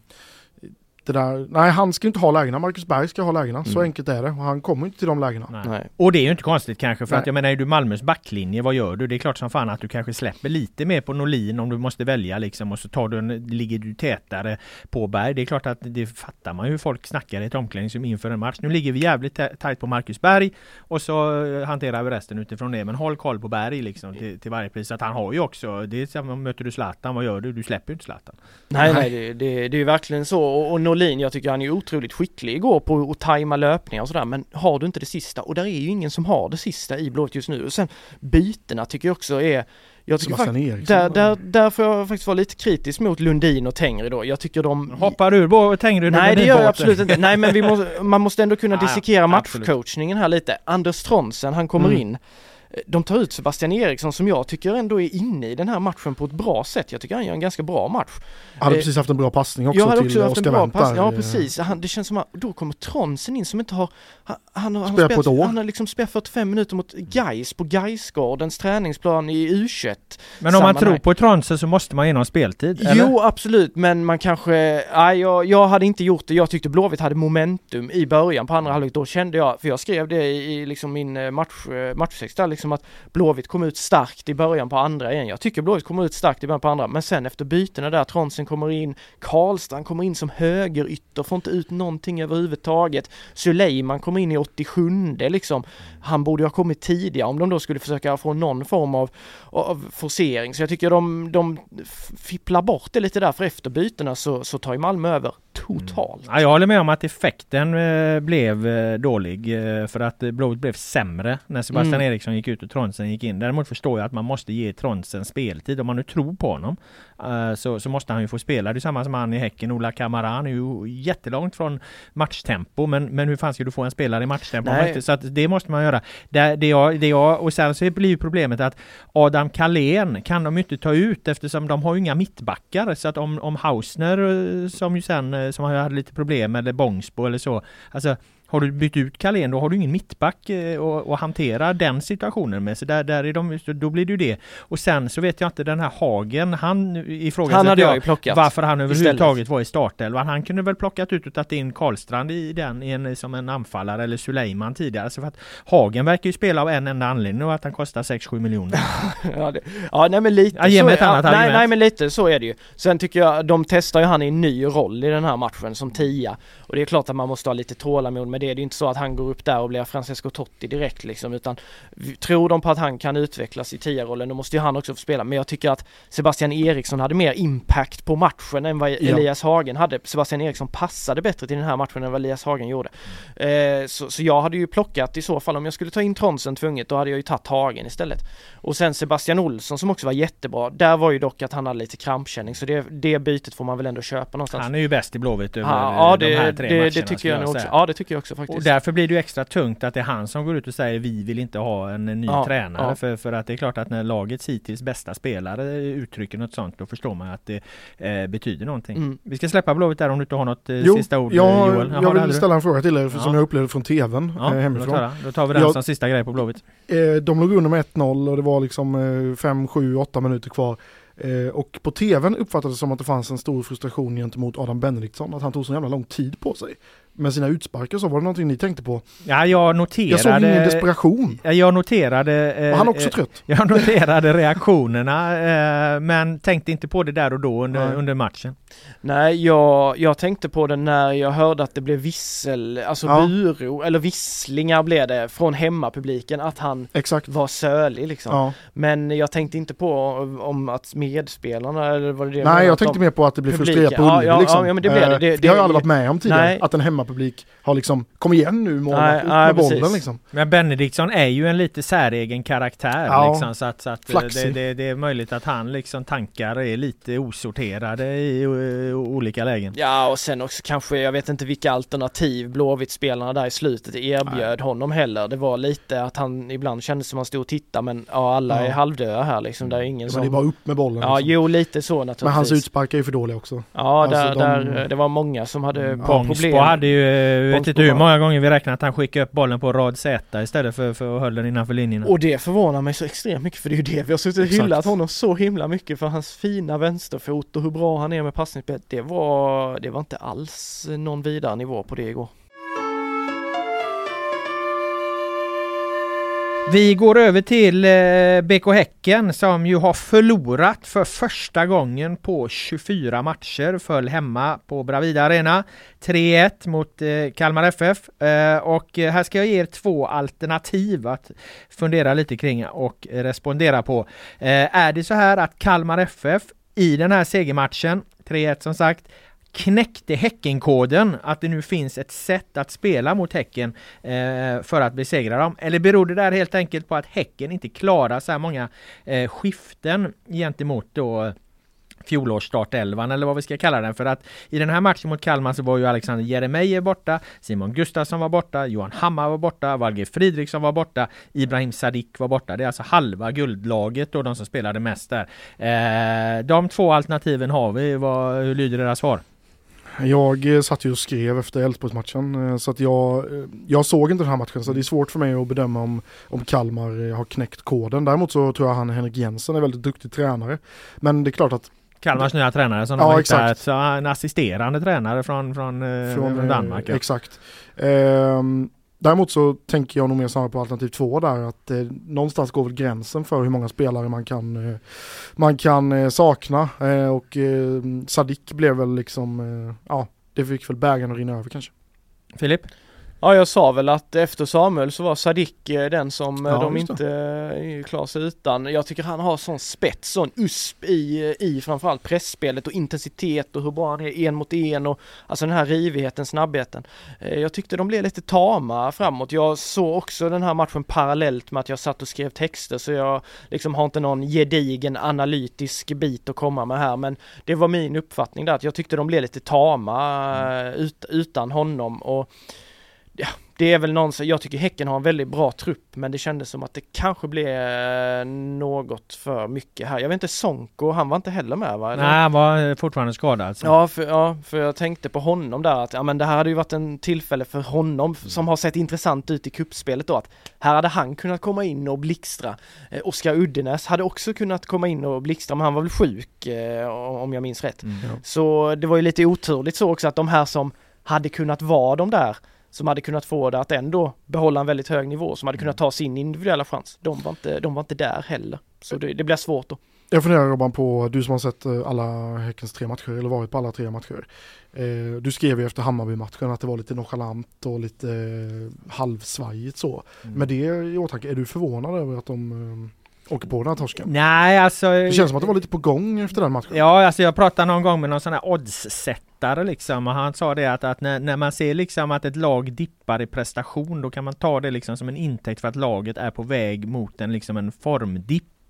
det där. Nej, han ska inte ha lägena. Marcus Berg ska ha lägena. Så enkelt är det. Och han kommer inte till de lägena. Nej. Och det är ju inte konstigt kanske, för att jag menar, är du Malmös backlinje, vad gör du? Det är klart som fan att du kanske släpper lite mer på Norlin om du måste välja liksom, och så ligger du tätare på Berg. Det är klart att det fattar man ju hur folk snackar i ett omklädningsrum inför en match. Nu ligger vi jävligt tajt på Marcus Berg, och så hanterar vi resten utifrån det. Men håll koll på Berg liksom, till varje pris. Att han har ju också, det är som möter du Zlatan, vad gör du? Du släpper ju inte Zlatan. Nej, det är ju verkligen så. Och Norlin, jag tycker han är otroligt skicklig igår på att tajma löpningar och sådär, men har du inte det sista, och där är ju ingen som har det sista i Blåvitt just nu. Och sen bytena tycker jag också är, jag tycker där får jag faktiskt vara lite kritisk mot Lundin och Tengri då. Jag tycker de hoppar ur Tengri. Nej, det gör jag absolut inte. Nej, men man måste ändå kunna dissekera matchcoachningen här lite. Anders Tronsen, han kommer in. De tar ut Sebastian Eriksson, som jag tycker ändå är inne i den här matchen på ett bra sätt. Jag tycker han gör en ganska bra match. Han hade precis haft en bra passning också. Jag hade till också haft en bra passning. Ja, precis. Det känns som att då kommer Tronsen in som inte har... Han har liksom spelat 45 minuter mot Gais på Gaisgårdens träningsplan i U21. Men om man tror på Tronsen så måste man ge någon speltid, eller? Jo, absolut. Men man kanske... Nej, jag hade inte gjort det. Jag tyckte Blåvitt hade momentum i början på andra halvlek. Då kände jag, för jag skrev det i liksom min matchtext där, liksom att Blåvitt kom ut starkt i början på andra igen. Jag tycker Blåvitt kommer ut starkt i början på andra, men sen efter bytena där, Tronsen kommer in, Karlstrand kommer in som högerytter, får inte ut någonting överhuvudtaget. Suleiman kommer in i 87:e liksom. Han borde ha kommit tidigare om de då skulle försöka få någon form av forcering. Så jag tycker de fipplar bort det lite där, för efter bytena så tar ju Malmö över totalt. Ja, jag håller med om att effekten blev dålig, för att Blåvitt blev sämre när Sebastian Eriksson gick ut och Tronsen gick in. Däremot förstår jag att man måste ge Tronsen speltid. Om man nu tror på honom så måste han ju få spela. Det är samma som han i Häcken. Ola Kamara är ju jättelångt från matchtempo, men hur fan ska du få en spelare i matchtempo? Så att det måste man göra. Och sen så blir ju problemet att Adam Kalén kan de ju inte ta ut, eftersom de har ju inga mittbackar. Så att om Hausner, som hade lite problem, eller Bångsbo eller så, alltså har du bytt ut Kalén, då har du ingen mittback och hantera den situationen med. Så där är då blir det ju det. Och sen så vet jag inte, den här Hagen, han hade jag plockat varför han överhuvudtaget var i startelvan. Han kunde väl plockat ut och tagit in Karlstrand som en anfallare, eller Suleiman tidigare. Alltså för att Hagen verkar ju spela av en enda anledning, och att han kostar 6-7 miljoner. Nej, men lite nej, men lite så är det ju. Sen tycker jag, de testar ju han i en ny roll i den här matchen som 10. Och det är klart att man måste ha lite tålamod med det. Det är inte så att han går upp där och blir Francesco Totti direkt liksom, utan tror de på att han kan utvecklas i 10-rollen, då måste ju han också få spela. Men jag tycker att Sebastian Eriksson hade mer impact på matchen än vad Elias Hagen hade. Sebastian Eriksson passade bättre till den här matchen än vad Elias Hagen gjorde. Så jag hade ju plockat, i så fall om jag skulle ta in Tronsen tvunget, då hade jag ju tagit Hagen istället. Och sen Sebastian Olsson som också var jättebra. Där var ju dock att han hade lite krampkänning, så det bytet får man väl ändå köpa någonstans. Han är ju bäst i Blåvitt över de här 3 matcherna. Det tycker jag nog också. Ja, det tycker jag också. också faktiskt. Och därför blir det ju extra tungt att det är han som går ut och säger vi vill inte ha en ny tränare. För att det är klart att när lagets hittills bästa spelare uttrycker något sånt, då förstår man att det betyder någonting. Vi ska släppa Blåvitt där om du inte har något sista ord, Joel. Jag vill ställa en fråga till er som jag upplevde från tvn hemifrån. Då tar vi den som sista grej på Blåvitt. De låg under med 1-0 och det var liksom 5, 7, 8 minuter kvar. Och på tvn uppfattades det som att det fanns en stor frustration gentemot Adam Benediktsson, att han tog så jävla lång tid på sig med sina utsparkar. Så var det någonting ni tänkte på? Ja, jag såg ingen desperation. Jag noterade... var han också trött? Jag noterade reaktionerna, men tänkte inte på det där och då under matchen. Nej, jag tänkte på det när jag hörde att det blev buro, eller visslingar blev det från hemmapubliken, att han var sölig liksom. Ja. Men jag tänkte inte på om att medspelarna, eller vad det Nej, jag tänkte mer på att det blev frustrerat på Ullevi liksom. Ja, men det blev det. Det har jag aldrig varit med om tidigare, att en hemmapublik har liksom, kom igen nu med bollen liksom. Men Benediktsson är ju en lite säregen karaktär liksom, så att det är möjligt att han liksom tankar är lite osorterade i olika lägen. Ja, och sen också kanske, jag vet inte vilka alternativ Blåvitt-spelarna där i slutet erbjöd honom heller. Det var lite att han ibland kände som han stod och tittade, men alla är halvdöda här liksom. Där är ingen som... Det var upp med bollen. Ja, liksom. Jo, lite så naturligtvis. Men hans utsparkar är ju för dåliga också. Ja, alltså, det var många som hade problem. Hade ju, vet inte hur många gånger vi räknar att han skickade upp bollen på rad Z istället för att hålla den innanför linjerna. Och det förvånar mig så extremt mycket, för det är ju det vi har suttit och hyllat honom så himla mycket för, hans fina vänsterfot och hur bra han är med passningsspel. Det var inte alls någon vidare nivå på det igår. Vi går över till BK Häcken som ju har förlorat för första gången på 24 matcher. Föll hemma på Bravida Arena 3-1 mot Kalmar FF. Och här ska jag ge er 2 alternativ att fundera lite kring och respondera på. Är det så här att Kalmar FF i den här segermatchen, 3-1 som sagt, knäckte Häckenkoden, att det nu finns ett sätt att spela mot Häcken för att besegra dem? Eller beror det där helt enkelt på att Häcken inte klarar så här många skiften gentemot då fjolårsstartelvan, eller vad vi ska kalla den? För att i den här matchen mot Kalmar så var ju Alexander Jeremejeff borta, Simon Gustafsson var borta, Johan Hammar var borta, Valger Fridriksson var borta, Ibrahim Sadiq var borta. Det är alltså halva guldlaget och de som spelade mest där. De 2 alternativen har vi. Hur lyder deras svar? Jag satt ju och skrev efter Elfsborgsmatchen, så att jag såg inte den här matchen, så det är svårt för mig att bedöma om Kalmar har knäckt koden. Däremot så tror jag Henrik Jensen är väldigt duktig tränare. Men det är klart att Kalmars nya tränare som de har hittat, en assisterande tränare från Danmark. Ja. Exakt. Däremot så tänker jag nog mer snarare på alternativ 2 där, att någonstans går väl gränsen för hur många spelare man kan sakna, och Sadiq blev väl liksom, det fick väl bägaren att rinna över kanske. Filip? Ja, jag sa väl att efter Samuel så var Sadiq den som de inte klarar sig utan. Jag tycker han har sån spets, sån usp i framförallt pressspelet och intensitet och hur bra han är 1 mot 1 och alltså den här rivigheten, snabbheten. Jag tyckte de blev lite tama framåt. Jag såg också den här matchen parallellt med att jag satt och skrev texter, så jag liksom har inte någon gedigen analytisk bit att komma med här, men det var min uppfattning där, att jag tyckte de blev lite tama utan honom. Och ja, det är väl jag tycker Häcken har en väldigt bra trupp, men det kändes som att det kanske blev något för mycket här. Jag vet inte, Sonko, han var inte heller med, va? Eller? Nej, han var fortfarande skadad. Alltså. Ja, för jag tänkte på honom där, att men det här hade ju varit en tillfälle för honom som har sett intressant ut i kuppspelet då, att här hade han kunnat komma in och blixtra. Oskar Uddenäs hade också kunnat komma in och blixtra, men han var väl sjuk om jag minns rätt. Så det var ju lite oturligt så också att de här som hade kunnat vara de där, som hade kunnat få det att ändå behålla en väldigt hög nivå, som hade kunnat ta sin individuella chans. De var inte där heller. Så det blir svårt då. Jag funderar, Robban, på du som har sett alla Häckens 3 matcher, eller varit på alla 3 matcher. Du skrev ju efter Hammarby-matchen att det var lite nonchalant och lite halvsvajigt så. Med det i åtanke, är du förvånad över att de åker på den här torsken? Nej, alltså... Det känns som att det var lite på gång efter den matchen. Ja, alltså jag pratade någon gång med någon sån här oddssättare liksom, och han sa det att när man ser liksom att ett lag dippar i prestation, då kan man ta det liksom som en intäkt för att laget är på väg mot en formdipp.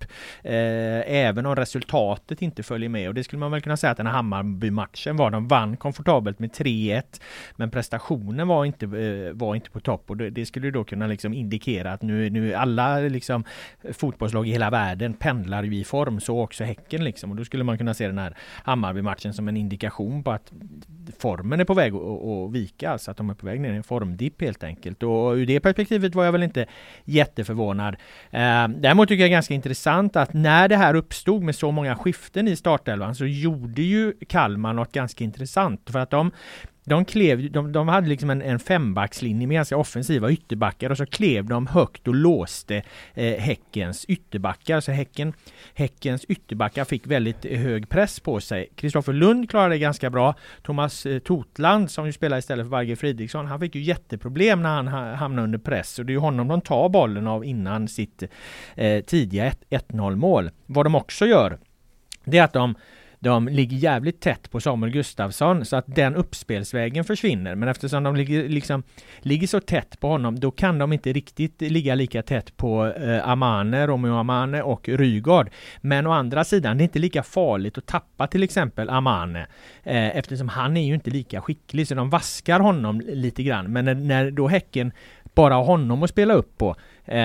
även om resultatet inte följer med. Och det skulle man väl kunna säga att den här Hammarby-matchen var. De vann komfortabelt med 3-1, men prestationen var inte på topp. Och det skulle då kunna liksom indikera att nu alla liksom fotbollslag i hela världen pendlar ju i form, så också Häcken liksom. Och då skulle man kunna se den här Hammarby-matchen som en indikation på att formen är på väg att vika, alltså att de är på väg ner i en formdipp helt enkelt. Och ur det perspektivet var jag väl inte jätteförvånad. Däremot tycker jag det är ganska intressant att när det här uppstod med så många skiften i startelvan så gjorde ju Kalmar något ganska intressant, för att de hade liksom en fembackslinje med ganska offensiva ytterbackar, och så klev de högt och låste Häckens ytterbackar. Så Häckens ytterbackar fick väldigt hög press på sig. Kristoffer Lund klarade det ganska bra. Thomas Totland, som ju spelar istället för Valger Fridriksson, han fick ju jätteproblem när han hamnade under press, och det är ju honom de tar bollen av innan sitt tidiga 1-0 mål. Vad de också gör, det är att de ligger jävligt tätt på Samuel Gustafsson, så att den uppspelsvägen försvinner. Men eftersom de ligger så tätt på honom, då kan de inte riktigt ligga lika tätt på Romeo Amane och Rygaard. Men å andra sidan, det är inte lika farligt att tappa till exempel Amane, eftersom han är ju inte lika skicklig, så de vaskar honom lite grann. Men när då Häcken bara har honom att spela upp på,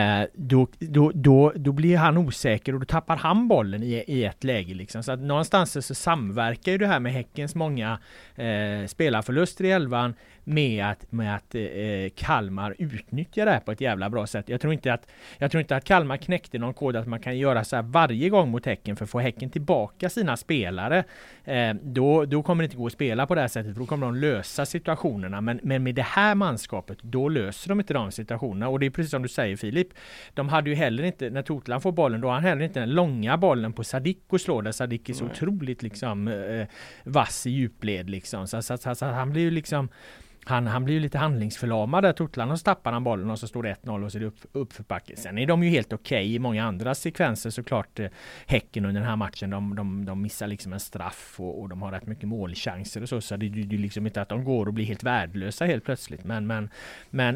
då blir han osäker och då tappar han bollen i ett läge liksom. Så att någonstans så samverkar ju det här med Häckens många spelarförluster i elvan med att Kalmar utnyttjar det här på ett jävla bra sätt. Jag tror inte att Kalmar knäckte någon kod att man kan göra så här varje gång mot Häcken för att få Häcken tillbaka sina spelare. Då kommer det inte gå att spela på det här sättet, för då kommer de lösa situationerna. Men med det här manskapet, då löser de inte de situationerna. Och det är precis som du säger, Filip. De hade ju heller inte, när Totland får bollen, då har han heller inte den långa bollen på Sadik och slår, där Sadik är så otroligt liksom vass i djupled liksom. Så han blir ju liksom Han blir ju lite handlingsförlamad där, Totland, och så tappar han bollen och så står det 1-0 och så är det upp för backen. Sen är de ju helt okej i många andra sekvenser såklart. Häcken under den här matchen, de missar liksom en straff och de har rätt mycket målchanser och så det är liksom inte att de går och blir helt värdelösa helt plötsligt. Men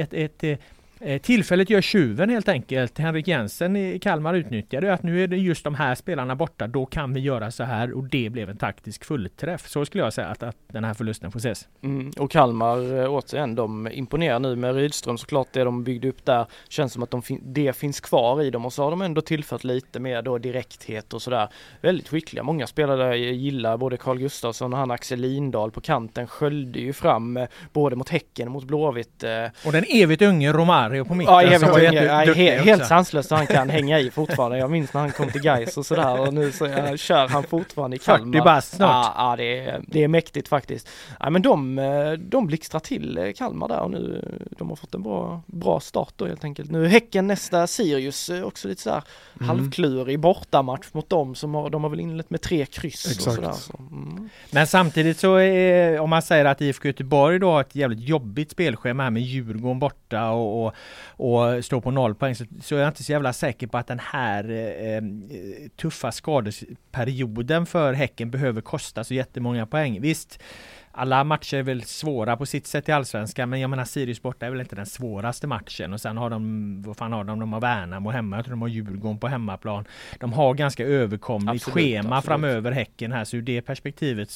tillfället gör tjuven helt enkelt. Henrik Jensen i Kalmar utnyttjade att nu är det just de här spelarna borta, då kan vi göra så här, och det blev en taktisk fullträff. Så skulle jag säga att den här förlusten får ses. Och Kalmar återigen, de imponerar nu med Rydström, såklart det de byggde upp där känns som att det finns kvar i dem, och så har de ändå tillfört lite mer då direkthet och sådär. Väldigt skickliga, många spelare jag gillar, både Carl Gustafsson och han Axel Lindahl på kanten sköljde ju fram både mot Häcken och mot Blåvitt. Och den evigt unge Romario på mitten. Ja, helt sanslöst han kan hänga i fortfarande. Jag minns när han kom till Gais och sådär, och nu så kör han fortfarande i Kalmar. 40 bast snart. Ja, det är mäktigt faktiskt. Ja, men de blixtrar till Kalmar där, och nu de har fått en bra start då helt enkelt. Nu Häcken nästa, Sirius också lite sådär halvklurig bortamatch mot dem som de har väl inlett med 3 kryss. Exakt. Och sådär. Så, Men samtidigt så är, om man säger att IFK Göteborg då har ett jävligt jobbigt spelschema här med Djurgården borta och står på 0 poäng, så är jag inte så jävla säker på att den här tuffa skadesperioden för Häcken behöver kosta så jättemånga poäng. Visst, alla matcher är väl svåra på sitt sätt i Allsvenskan, men jag menar Sirius borta är väl inte den svåraste matchen, och sen har de, vad fan har de? De har Värnamo hemma, jag tror de har Djurgården på hemmaplan. De har ganska överkomligt schema framöver Häcken här, så ur det perspektivet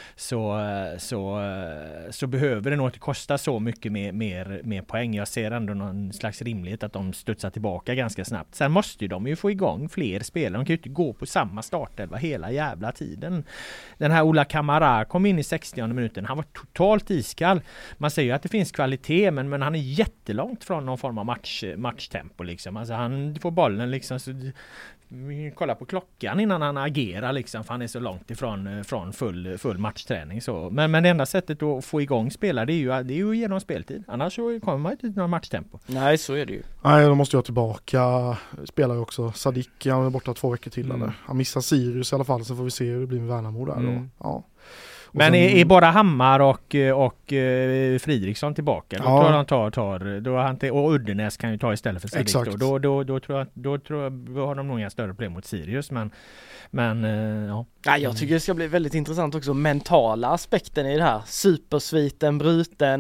så behöver det nog inte kosta så mycket mer poäng. Jag ser ändå någon slags rimlighet att de studsar tillbaka ganska snabbt. Sen måste ju de ju få igång fler spelare. De kan ju inte gå på samma startelva hela jävla tiden. Den här Ola Kamara kom in i 60:e minuten. Han var totalt iskall. Man säger ju att det finns kvalitet, men han är jättelångt från någon form av matchtempo liksom. Alltså han får bollen liksom, så kolla på klockan innan han agerar liksom, för han är så långt ifrån full matchträning så. Men det enda sättet att få igång spelare det är ju genom speltid. Annars så kommer man inte till någon matchtempo. Nej, så är det ju. Nej, då måste jag tillbaka spelare också. Sadik, han är borta 2 veckor till eller. Han missar Sirius i alla fall, så får vi se hur det blir med Värnamo där då. Ja. Men är bara Hammar och Fridriksson tillbaka? Då tror jag han tar då han och Uddenäs kan ju ta istället för Sadik. Då tror jag har de nog inga större problem mot Sirius, men ja. Ja, jag tycker det ska bli väldigt intressant också, mentala aspekten i det här. Supersviten bruten,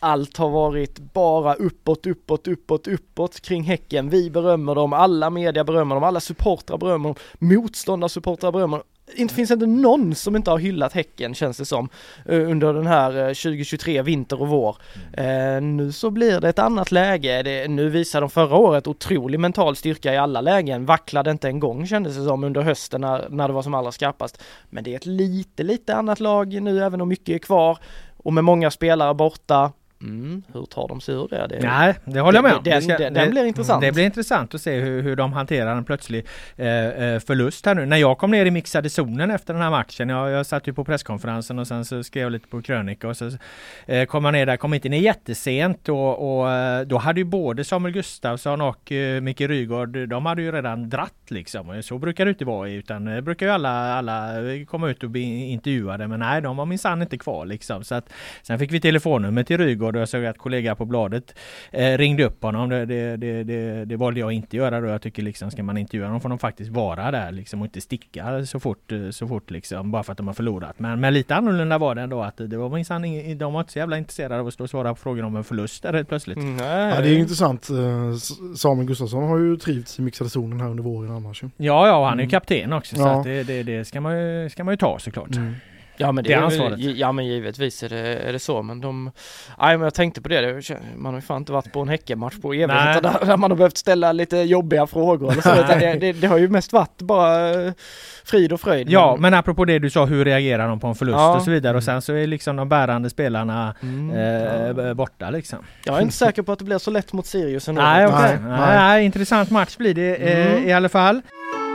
allt har varit bara uppåt kring Häcken. Vi berömmer dem, alla media berömmer dem, alla supportrar berömmer dem, motståndarsupportrar berömmer dem. Inte finns inte någon som inte har hyllat Häcken, känns det som, under den här 2023 vinter och vår. Nu så blir det ett annat läge. Nu visar de förra året otrolig mental styrka i alla lägen. Vacklade inte en gång, kändes det som, under hösten när det var som allra skarpast. Men det är ett lite annat lag nu, även om mycket är kvar och med många spelare borta. Hur tar de sig ur det? Nej, det håller jag med om. Den blir intressant. Det blir intressant att se hur de hanterar en plötslig förlust här nu. När jag kom ner i mixade zonen efter den här matchen, jag satt ju på presskonferensen och sen så skrev jag lite på krönika och så kom jag ner där, kom inte ner jättesent och då hade ju både Samuel Gustafsson och Micke Rygaard, de hade ju redan dratt liksom. Så brukar det inte vara, utan det brukar ju alla komma ut och bli intervjuade, men nej, de var minsann inte kvar liksom. Så att, sen fick vi telefonnummer till Rygaard och jag såg att kollega på bladet ringde upp honom. Det valde jag inte göra då. Jag tycker liksom, ska man intervjua dem får de faktiskt vara där liksom och inte sticka så fort liksom, bara för att de har förlorat. Men lite annorlunda var det ändå, att det var minsann, de var inte så jävla intresserade av att stå och svara på frågor om en förlust där helt plötsligt. Ja, det är intressant. Samuel Gustafsson har ju trivts i mixade zonen här under våren annars. Ja, och han är ju kapten också, så att det ska man ju ta såklart. Ja, men det är ansvaret. Ja, men givetvis är det så, men men jag tänkte på det. Man har ju fan inte varit på en Häckenmatch på evigheter där man har behövt ställa lite jobbiga frågor eller så. Det har ju mest varit bara frid och fröjd. Ja, men apropå det du sa, hur reagerar de på en förlust och så vidare, och sen så är liksom de bärande spelarna borta liksom. Jag är inte säker på att det blir så lätt mot Sirius ändå. Nej, intressant match blir det i alla fall.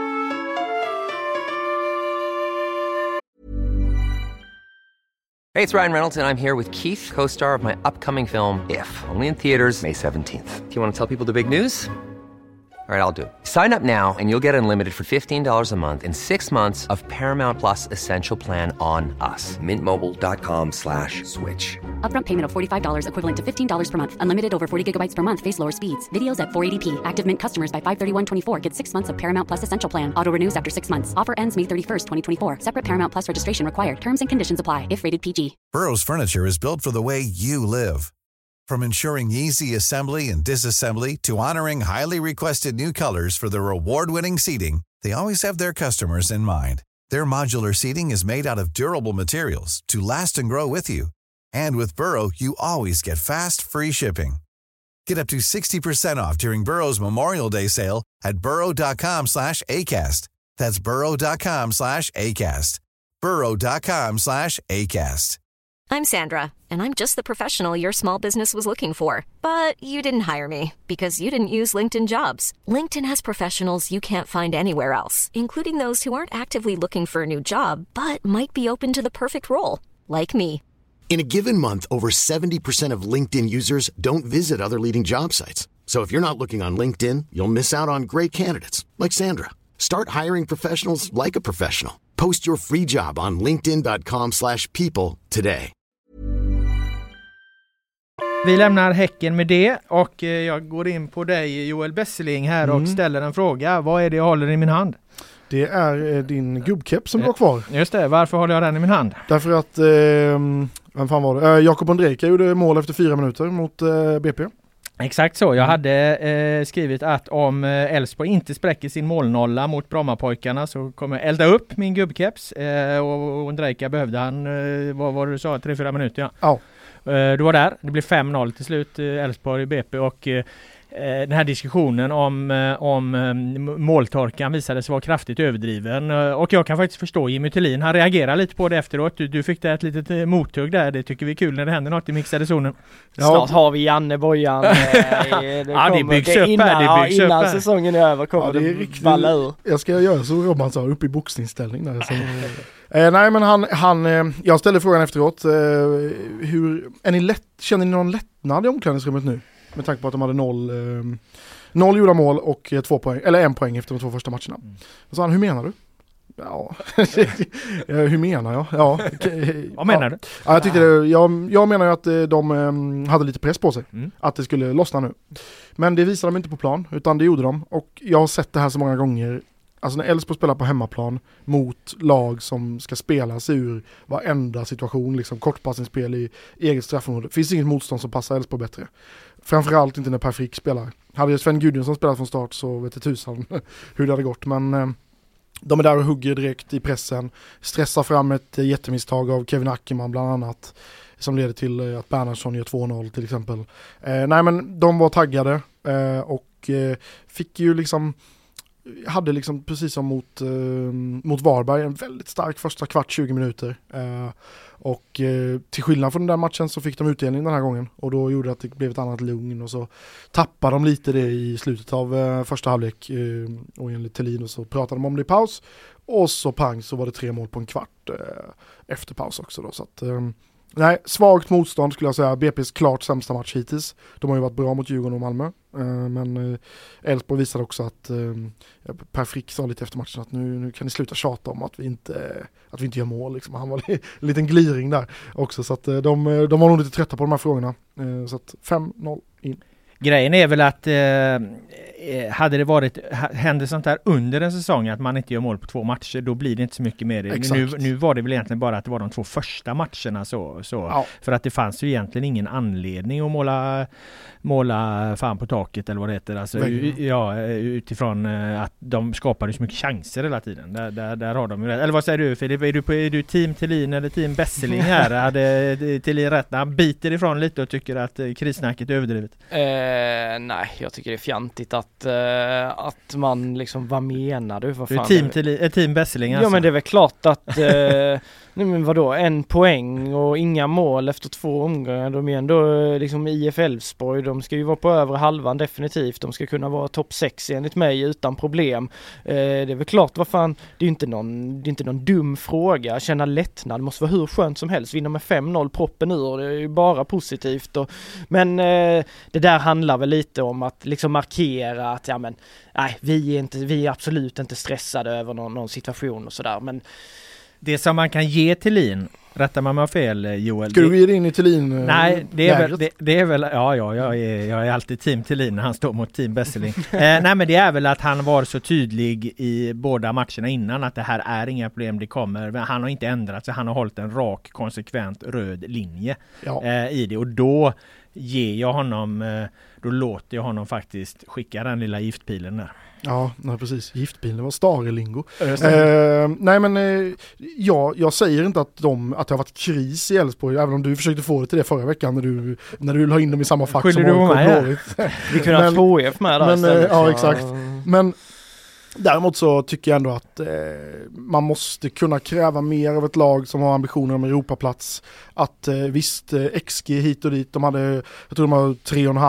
Hey, it's Ryan Reynolds, and I'm here with Keith, co-star of my upcoming film, If, only in theaters May 17th. Do you want to tell people the big news? All right, I'll do it. Sign up now and you'll get unlimited for $15 a month and 6 months of Paramount Plus Essential Plan on us. MintMobile.com/switch. Upfront payment of $45 equivalent to $15 per month. Unlimited over 40 gigabytes per month. Face lower speeds. Videos at 480p. Active Mint customers by 531.24 get 6 months of Paramount Plus Essential Plan. Auto renews after 6 months. Offer ends May 31st, 2024. Separate Paramount Plus registration required. Terms and conditions apply if rated PG. Burrow's furniture is built for the way you live. From ensuring easy assembly and disassembly to honoring highly requested new colors for their award-winning seating, they always have their customers in mind. Their modular seating is made out of durable materials to last and grow with you. And with Burrow, you always get fast, free shipping. Get up to 60% off during Burrow's Memorial Day sale at burrow.com/ACAST. That's burrow.com/ACAST. burrow.com/ACAST. I'm Sandra, and I'm just the professional your small business was looking for. But you didn't hire me because you didn't use LinkedIn Jobs. LinkedIn has professionals you can't find anywhere else, including those who aren't actively looking for a new job, but might be open to the perfect role, like me. In a given month, over 70% of LinkedIn users don't visit other leading job sites. So if you're not looking on LinkedIn, you'll miss out on great candidates, like Sandra. Start hiring professionals like a professional. Post your free job on linkedin.com/people today. Vi lämnar Häcken med det och jag går in på dig, Joel Besseling här och ställer en fråga. Vad är det jag håller i min hand? Det är din gubbkepp som du har kvar. Just det, varför håller jag den i min hand? Därför att, vem fan var det? Jakob Ondrejka gjorde mål efter 4 minuter mot BP. Exakt så, jag hade skrivit att om Elfsborg inte spräcker sin målnolla mot Brommapojkarna så kommer jag elda upp min gubbkeps och Ondrejka behövde han, vad var det du sa, 3-4 minuter ja. Du var där, det blev 5-0 till slut, Elfsborg BP, och den här diskussionen om måltorkan visade sig vara kraftigt överdriven, och jag kan faktiskt förstå Jimmy Thelin, han reagerar lite på det efteråt. Du fick det ett litet mothugg där, det tycker vi är kul när det händer något i mixade zonen. Snart har vi Janne Bojan. Det byggs upp innan säsongen är över kommer det balla ur. Jag ska göra så Robban sa, upp i boxningsställning där. Nej, men han jag ställde frågan efteråt, känner ni någon lättnad i omklädningsrummet nu? Med tanke på att de hade 0 gjorda mål och 2 poäng, eller 1 poäng efter de 2 första matcherna. Så sa han, hur menar du? Ja, hur menar jag? Ja, vad menar du? Ja, jag tyckte jag menar ju att de hade lite press på sig. Att det skulle lossna nu. Men det visade de inte på plan, utan det gjorde de. Och jag har sett det här så många gånger. alltså när Elfsborg spelar på hemmaplan mot lag som ska spela sig ur varenda situation, liksom kortpassningsspel i eget straffområde, finns inget motstånd som passar Elfsborg bättre. Framförallt inte när Per Frick spelar. Hade Sven Gudjonsson spelat från start så vet jag tusan hur det hade gått, men de är där och hugger direkt i pressen, stressar fram ett jättemisstag av Kevin Ackerman bland annat, som leder till att Bernhardsson gör 2-0 till exempel. Nej, men de var taggade och fick ju liksom, hade liksom precis som mot Varberg en väldigt stark första kvart, 20 minuter. Och till skillnad från den där matchen så fick de utdelning den här gången, och då gjorde det att det blev ett annat lugn, och så tappade de lite det i slutet av första halvlek, och enligt Thelin så pratade de om det i paus, och så pang så var det 3 mål på en kvart efter paus också då, så att nej, svagt motstånd skulle jag säga. BP's klart sämsta match hittills. De har ju varit bra mot Djurgården och Malmö. Men Elfsborg visade också att Per Frick sa lite efter matchen att nu kan ni sluta tjata om att vi inte gör mål. Liksom. Han var en liten gliring där också. Så att de var nog lite trötta på de här frågorna. Så att 5-0 in. Grejen är väl att hade det händer sånt här under en säsong att man inte gör mål på 2 matcher, då blir det inte så mycket mer. Nu var det väl egentligen bara att det var de 2 första matcherna så. Ja. För att det fanns ju egentligen ingen anledning att måla fan på taket eller vad det heter. Alltså, utifrån att de skapade så mycket chanser hela tiden. Där har de ju rätt. Eller vad säger du, Filip? Är du team Thelin eller team Besseling här? Hade Thelin rätt när han biter ifrån lite och tycker att krissnacket är överdrivet? Nej, jag tycker det är fjantigt att man liksom, vad menar du? Vad fan team Besseling alltså? Ja, men det är väl klart att men vadå, 1 poäng och inga mål efter 2 omgångar. De är ändå liksom IF Elfsborg, de ska ju vara på övre halvan definitivt. De ska kunna vara topp 6 enligt mig utan problem. Det är väl klart, vad fan, det är inte någon dum fråga. Känna lättnad måste vara hur skönt som helst. Vinna med 5-0 proppen ur, det är ju bara positivt. Men det där handlar väl lite om att liksom markera att ja, men nej, vi är absolut inte stressade över någon situation och sådär, men det som man kan ge Thelin, rättar man mig fel, Joel? Ska du ge dig in i Thelin? Nej, det är väl jag är alltid team Thelin när han står mot team Besseling. Nej, men det är väl att han var så tydlig i båda matcherna innan att det här är inga problem, det kommer. Men han har inte ändrat sig, han har hållit en rak, konsekvent röd linje i det, och då ger jag honom, då låter jag honom faktiskt skicka den lilla giftpilen där. Ja, nej, precis. Giftpilen var Stare-lingo. Nej, men jag säger inte att det har varit kris i Elfsborg, även om du försökte få det till det förra veckan när du la in dem i samma fack som AIK. Vi kunde ha 2F med där istället. Ja, exakt. Men däremot så tycker jag ändå att man måste kunna kräva mer av ett lag som har ambitioner om Europaplats. Att visst, XG hit och dit, jag tror de har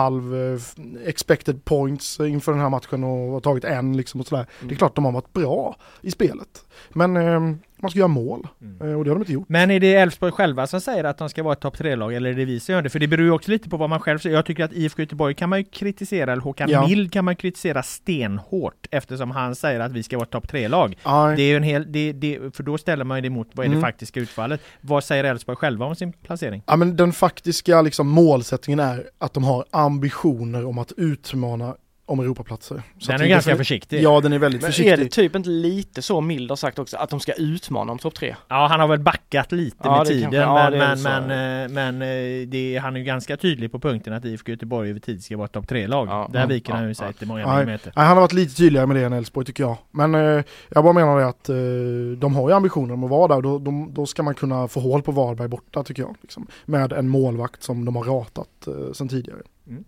3,5 expected points inför den här matchen och har tagit 1 liksom och sådär. Det är klart de har varit bra i spelet. Men man ska göra mål, och det har de inte gjort. Men är det Elfsborg själva som säger att de ska vara ett topp 3-lag, eller är det vi som gör det? För det beror ju också lite på vad man själv säger. Jag tycker att IFK Göteborg kan man ju kritisera, eller Håkan Mild kan man kritisera stenhårt, eftersom han säger att vi ska vara ett topp 3-lag. Det är ju för då ställer man ju det emot vad är det faktiska utfallet. Vad säger Elfsborg själva om sin placering? Ja, men den faktiska liksom målsättningen är att de har ambitioner om att utmana om Europaplatser. Så den är ganska försiktig. Ja, den är väldigt försiktig. Är det typ inte lite så Mild har sagt också, att de ska utmana om topp 3? Ja, han har väl backat lite med tiden, han är ju ganska tydlig på punkten att IFK Göteborg över tid ska vara ett topp 3-lag. Där viker han ju sig till många millimeter. Han har varit lite tydligare med det än Elfsborg, tycker jag. Men jag bara menar det att de har ju ambitioner om att vara där. Då ska man kunna få hål på Varberg borta, tycker jag. Liksom, med en målvakt som de har ratat sedan tidigare.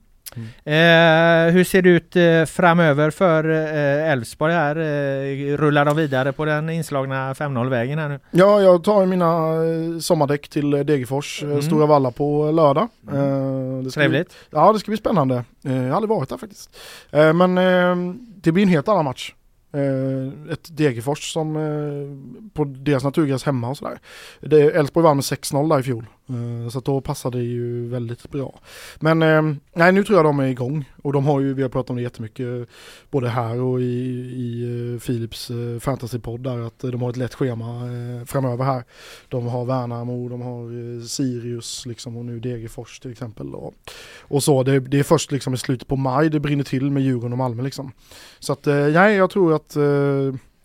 Hur ser det ut framöver för Elfsborg här? Rullar de vidare på den inslagna 5-0-vägen här nu? Ja, jag tar mina sommardäck till Degerfors, Stora Valla på lördag. Trevligt. Det ska bli spännande. Jag har aldrig varit där faktiskt. Men det blir en helt annan match. Ett Degerfors som på deras naturgräs hemma och sådär. Elfsborg vann med 6-0 där i fjol, så att då passade det ju väldigt bra. Men nu tror jag de är igång, och de har ju, vi har pratat om det jättemycket både här och i Philips fantasypodd där, att de har ett lätt schema framöver här. De har Värnamo, de har Sirius liksom, och nu Degerfors till exempel, och så det är först liksom i slutet på maj det brinner till med Djurgården och Malmö liksom. Så att jag tror att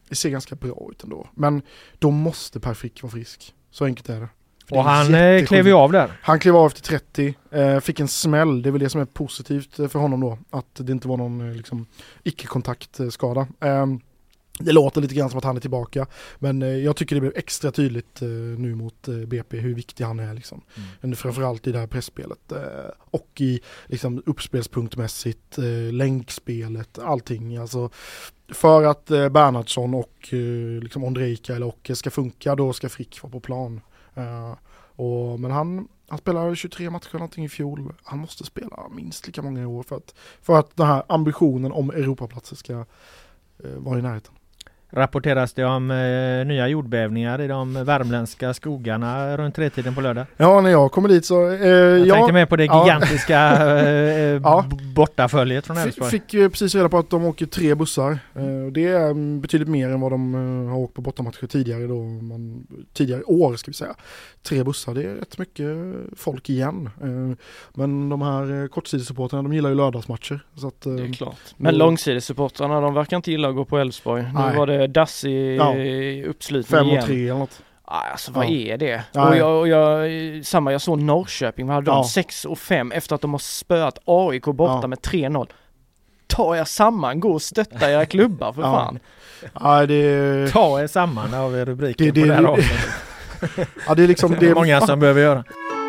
det ser ganska bra ut ändå. Men då måste Per Frick vara frisk. Så enkelt är det. Och han klev ju av där. Han klev av efter 30, fick en smäll. Det är väl det som är positivt för honom då. Att det inte var någon liksom, icke-kontaktskada. Det låter lite grann som att han är tillbaka. Men jag tycker det blev extra tydligt nu mot BP hur viktig han är. Liksom. Framförallt i det här pressspelet. Och i liksom, uppspelspunktmässigt, länkspelet, allting. Alltså, för att Bernhardsson och liksom Ondrejka eller Ocke ska funka, då ska Frick vara på plan. Men han spelar 23 matcher någonting i fjol. Han måste spela minst lika många i år för att den här ambitionen om Europaplatser ska vara i närheten. Rapporteras det om nya jordbävningar i de värmländska skogarna runt 3-tiden på lördag? Ja, när jag kommer dit så... jag tänkte med på det gigantiska bortaföljet från Älvsborg. Fick precis reda på att de åker 3 bussar. Det är betydligt mer än vad de har åkt på bortamatcher tidigare då. Tidigare år ska vi säga. 3 bussar, det är rätt mycket folk igen. Men de här kortsidesupporterna, de gillar ju lördagsmatcher. Så att, det är klart. Men långsidesupporterna, de verkar inte gilla att gå på Älvsborg. Nu var det dassig uppslutning 5-3 eller något. Alltså vad är det? Jag såg Norrköping, vad hade de? 6-5 efter att de har spöat AIK borta med 3-0. Ta er samman, gå och stötta era klubbar för fan. Ta er samman, där har vi rubriken på det här avsnittet. Det är liksom det är många som behöver göra.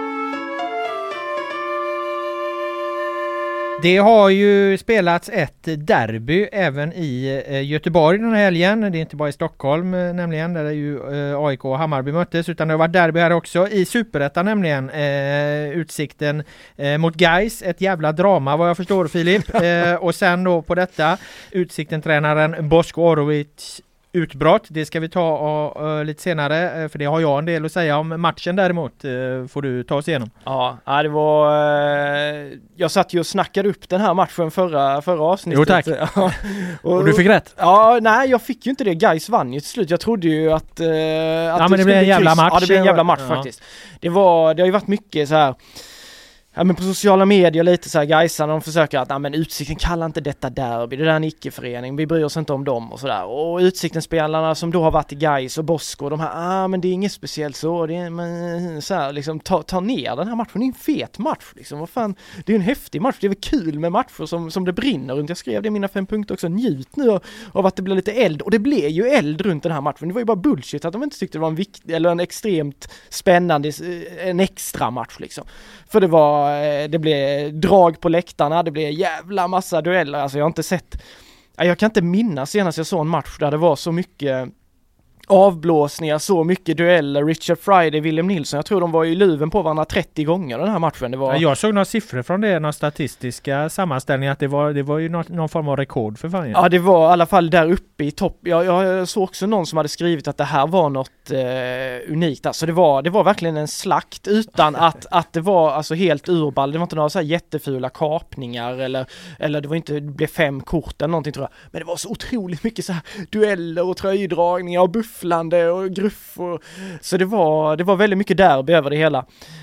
Det har ju spelats ett derby även i Göteborg den här helgen. Det är inte bara i Stockholm nämligen, där det är ju AIK och Hammarby möttes, utan det har varit derby här också i Superettan nämligen. Utsikten mot Gais, ett jävla drama vad jag förstår, Filip. Och sen då på detta, Utsikten-tränaren Bosko Orovic utbrott. Det ska vi ta lite senare, för det har jag en del att säga om matchen däremot. Får du ta oss igenom. Ja, det var... jag satt ju och snackade upp den här matchen förra avsnittet. Jo, tack. Och du fick rätt. Ja, nej, jag fick ju inte det. Gais vann ju till slut. Jag trodde ju att men det blev en jävla match. Ja, det blev en jävla match faktiskt. Det har ju varit mycket så här... Ja, men på sociala medier lite så här Gaisarna, de försöker att men Utsikten kallar inte detta derby, det där är en icke-förening, vi bryr oss inte om dem och sådär. Och Utsikten-spelarna som då har varit i Gais och Bosko, de här, men det är inget speciellt så, det är, men så här, liksom, ta ner den här matchen, det är en fet match liksom, vad fan, det är en häftig match, det är väl kul med matcher som det brinner runt. Jag skrev det i mina 5 punkter också, njut nu av att det blir lite eld, och det blev ju eld runt den här matchen. Det var ju bara bullshit att de inte tyckte det var en viktig, eller en extremt spännande, en extra match liksom. För det blev drag på läktarna, det blev jävla massa dueller. Alltså jag kan inte minnas senast jag såg en match där det var så mycket avblåsningar, så mycket dueller. Richard Friday, William Nilsson, jag tror de var i luven på varandra 30 gånger den här matchen. Jag såg några siffror från det, några statistiska sammanställningar, att det var ju någon form av rekord för fan. Ja, det var i alla fall där uppe i topp. Jag såg också någon som hade skrivit att det här var något unikt. Alltså det var verkligen en slakt utan att det var alltså helt urball. Det var inte några så här jättefula kapningar eller det blev 5 kort eller någonting, tror jag. Men det var så otroligt mycket så här dueller och tröjdragningar och bufflande och gruff så det var väldigt mycket derby över det hela.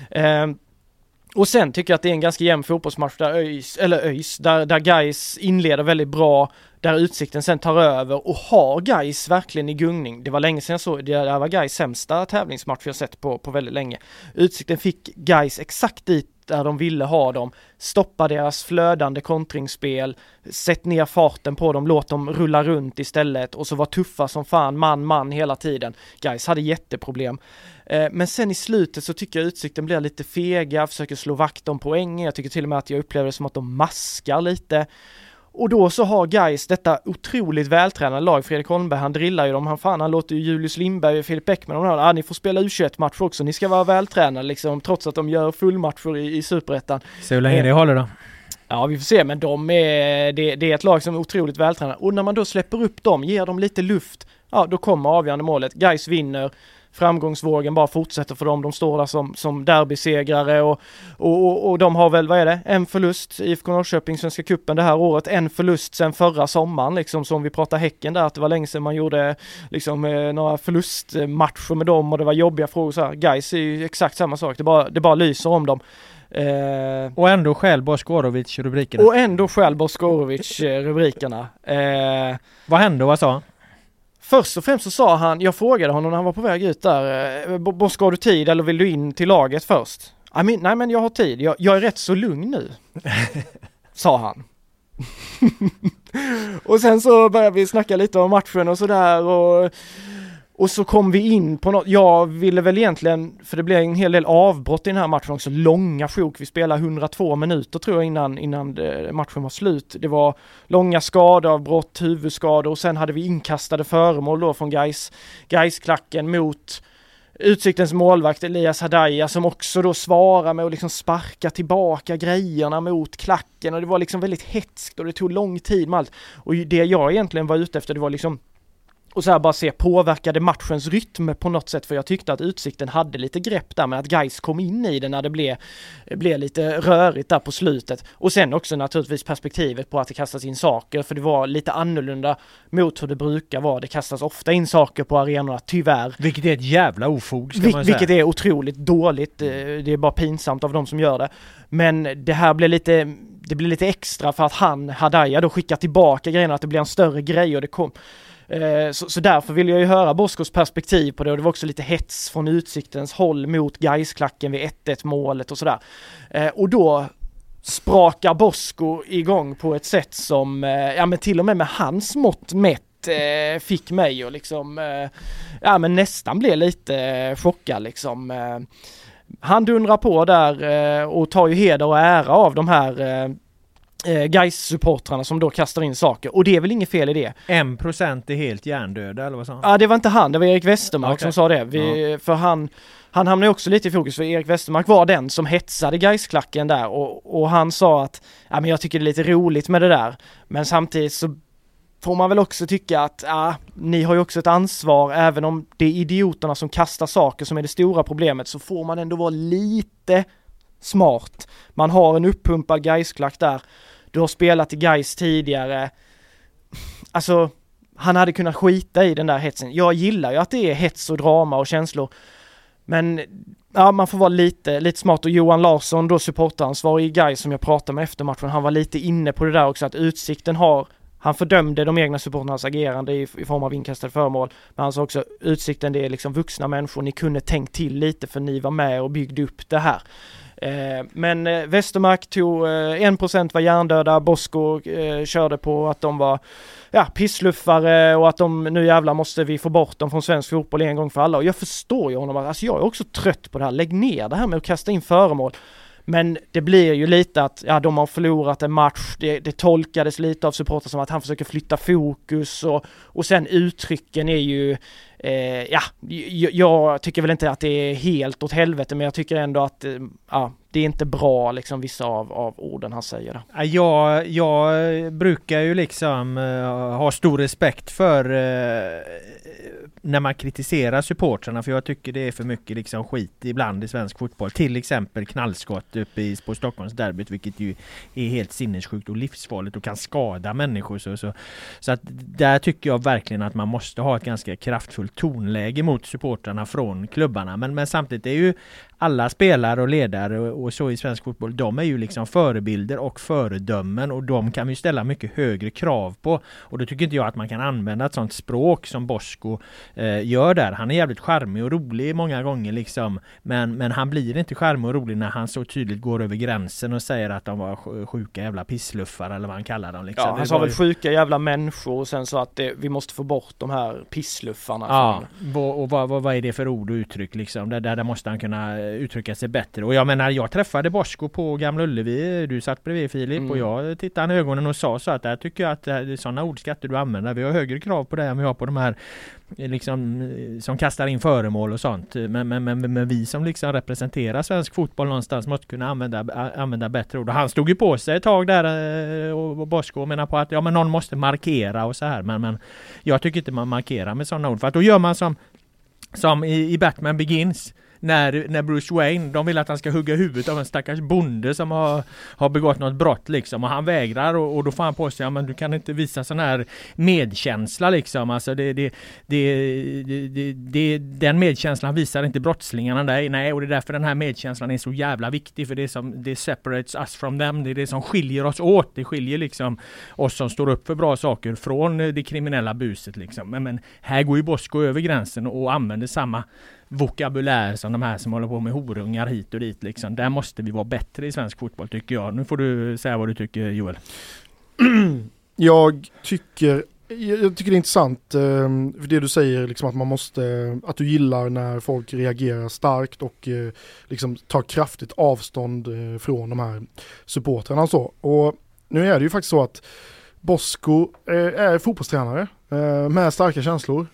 Och sen tycker jag att det är en ganska jämn fotbollsmatch där Gais inleder väldigt bra, där Utsikten sen tar över och har Gais verkligen i gungning. Det var länge sedan jag såg, det var Gais sämsta tävlingsmatch jag sett på väldigt länge. Utsikten fick Gais exakt dit där de ville ha dem, stoppa deras flödande kontringsspel, sätt ner farten på dem, låt dem rulla runt istället, och så var tuffa som fan, man hela tiden. Gais hade jätteproblem. Men sen i slutet så tycker jag Utsikten blir lite fega, försöker slå vakt om poängen. Jag tycker till och med att jag upplever det som att de maskar lite. Och då så har Gais detta otroligt vältränade lag. Fredrik Holmberg, han drillar ju dem. Han låter ju Julius Lindberg och Filip Bäckman ni får spela U21-match också. Ni ska vara vältränade liksom, trots att de gör fullmatcher i Superettan. Så hur länge det håller då? Ja, vi får se, men det är ett lag som är otroligt vältränat. Och när man då släpper upp dem, ger dem lite luft, ja, då kommer avgörande målet. Gais vinner. Framgångsvågen bara fortsätter för dem. De står där som derbysegrare och de har väl, vad är det? En förlust i IFK Norrköping Svenska Cupen det här året. En förlust sen förra sommaren, liksom, som vi pratar Häcken där, att det var länge sedan man gjorde liksom några förlustmatcher med dem och det var jobbiga frågor så här. Gais är ju exakt samma sak. Det bara lyser om dem. Och ändå skäl Boskorovic rubrikerna. Vad hände och vad sa han? först och främst så sa han, jag frågade honom när han var på väg ut där, ska du tid eller vill du in till laget först? Nej men jag har tid, jag är rätt så lugn nu, sa han. Och sen så började vi snacka lite om matchen och sådär, och så kom vi in på något. Jag ville väl egentligen, för det blev en hel del avbrott i den här matchen också, långa sjok. Vi spelade 102 minuter tror jag innan matchen var slut. Det var långa skadeavbrott, huvudskador, och sen hade vi inkastade föremål då från Gais-klacken mot Utsiktens målvakt Elias Hadaya, som också då svarar med att liksom sparka tillbaka grejerna mot klacken, och det var liksom väldigt hetskt och det tog lång tid med allt. Och det jag egentligen var ute efter, det var liksom och så här bara se, påverkade matchens rytm på något sätt, för jag tyckte att Utsikten hade lite grepp där med att Gais kom in i det när det blev lite rörigt där på slutet. Och sen också naturligtvis perspektivet på att det kastas in saker, för det var lite annorlunda mot hur det brukar vara. Det kastas ofta in saker på arenorna, tyvärr. Vilket är ett jävla ofog, ska man säga. Vilket är otroligt dåligt. Det är bara pinsamt av de som gör det. Men det här blev lite extra för att Hadaya då skickar tillbaka grejerna, att det blir en större grej, och det kom. Så därför vill jag ju höra Boskos perspektiv på det, och det var också lite hets från Utsiktens håll mot Gais-klacken vid 1-1 målet och sådär. Och då sprakar Bosko igång på ett sätt som, men till och med hans mått mätt fick mig att liksom, men nästan bli lite chockad liksom. Han dundrar på där och tar ju heder och ära av de här Gais-supportrarna som då kastar in saker, och det är väl inget fel i det. 1% är helt hjärndöda, eller vad sa han? Ja, det var inte han, det var Erik Westermark som sa det. För han hamnade också lite i fokus, för Erik Westermark var den som hetsade Gais-klacken där, och han sa att men jag tycker det är lite roligt med det där, men samtidigt så får man väl också tycka att ni har ju också ett ansvar, även om det är idioterna som kastar saker som är det stora problemet, så får man ändå vara lite smart. Man har en uppumpad Gais-klack där. Du har spelat i Gais tidigare. Alltså, han hade kunnat skita i den där hetsen. Jag gillar ju att det är hets och drama och känslor. Men man får vara lite smart. Och Johan Larsson, då supporteransvarig i Gais, som jag pratade med efter matchen, han var lite inne på det där också, att Utsikten han fördömde de egna supporternas agerande i form av inkastade föremål. Men han sa också, Utsikten, det är liksom vuxna människor. Ni kunde tänkt till lite, för ni var med och byggde upp det här. Men Westermark tog 1% var hjärndöda. Bosko körde på att de var pissluffare, och att nu jävlar måste vi få bort dem från svensk fotboll en gång för alla. Och jag förstår ju honom, alltså jag är också trött på det här. Lägg ner det här med att kasta in föremål. Men det blir ju lite att de har förlorat en match. Det tolkades lite av supportrar som att han försöker flytta fokus, och sen uttrycken är ju jag tycker väl inte att det är helt åt helvete, men jag tycker ändå att det är inte bra liksom, vissa av orden han säger. Jag brukar ju liksom ha stor respekt för när man kritiserar supportrarna, för jag tycker det är för mycket liksom skit ibland i svensk fotboll. Till exempel knallskott uppe på Stockholms derbyt, vilket ju är helt sinnessjukt och livsfarligt och kan skada människor. Så att där tycker jag verkligen att man måste ha ett ganska kraftfullt tonläge mot supportrarna från klubbarna. Men samtidigt är ju alla spelare och ledare och så i svensk fotboll, de är ju liksom förebilder och föredömen, och de kan vi ställa mycket högre krav på, och då tycker inte jag att man kan använda ett sånt språk som Bosko gör där. Han är jävligt charmig och rolig många gånger liksom, men han blir inte charmig och rolig när han så tydligt går över gränsen och säger att de var sjuka jävla pissluffar, eller vad han kallar dem liksom. Ja, han sa väl sjuka jävla människor, och sen så att vi måste få bort de här pissluffarna. Ja, och vad är det för ord och uttryck liksom? Där måste han kunna uttrycka sig bättre. Och jag menar, jag träffade Bosko på Gamla Ullevi, du satt bredvid Filip, och jag tittade han i ögonen och sa så att där tycker jag att det är sådana ordskatter du använder. Vi har högre krav på det än vi har på de här liksom, som kastar in föremål och sånt. Men vi som liksom representerar svensk fotboll någonstans måste kunna använda bättre ord. Och han stod ju på sig ett tag där, och Bosko menar på att men någon måste markera och så här. Men jag tycker inte man markerar med sådana ord, för att då gör man som i Batman Begins, när Bruce Wayne, de vill att han ska hugga huvudet av en stackars bonde som har begått något brott liksom, och han vägrar och då får han på sig, men du kan inte visa sån här medkänsla liksom, alltså den medkänslan visar inte brottslingarna där, nej, och det är därför den här medkänslan är så jävla viktig, för det separates us from them, det är det som skiljer oss åt, det skiljer liksom oss som står upp för bra saker från det kriminella buset liksom. Men här går ju Bosko över gränsen och använder samma vokabulär som de här som håller på med horungar hit och dit liksom. Där måste vi vara bättre i svensk fotboll, tycker jag. Nu får du säga vad du tycker, Joel. Jag tycker det är intressant för det du säger liksom, att man måste, att du gillar när folk reagerar starkt och liksom tar kraftigt avstånd från de här supportrarna och så. Och nu är det ju faktiskt så att Bosko är fotbollstränare med starka känslor.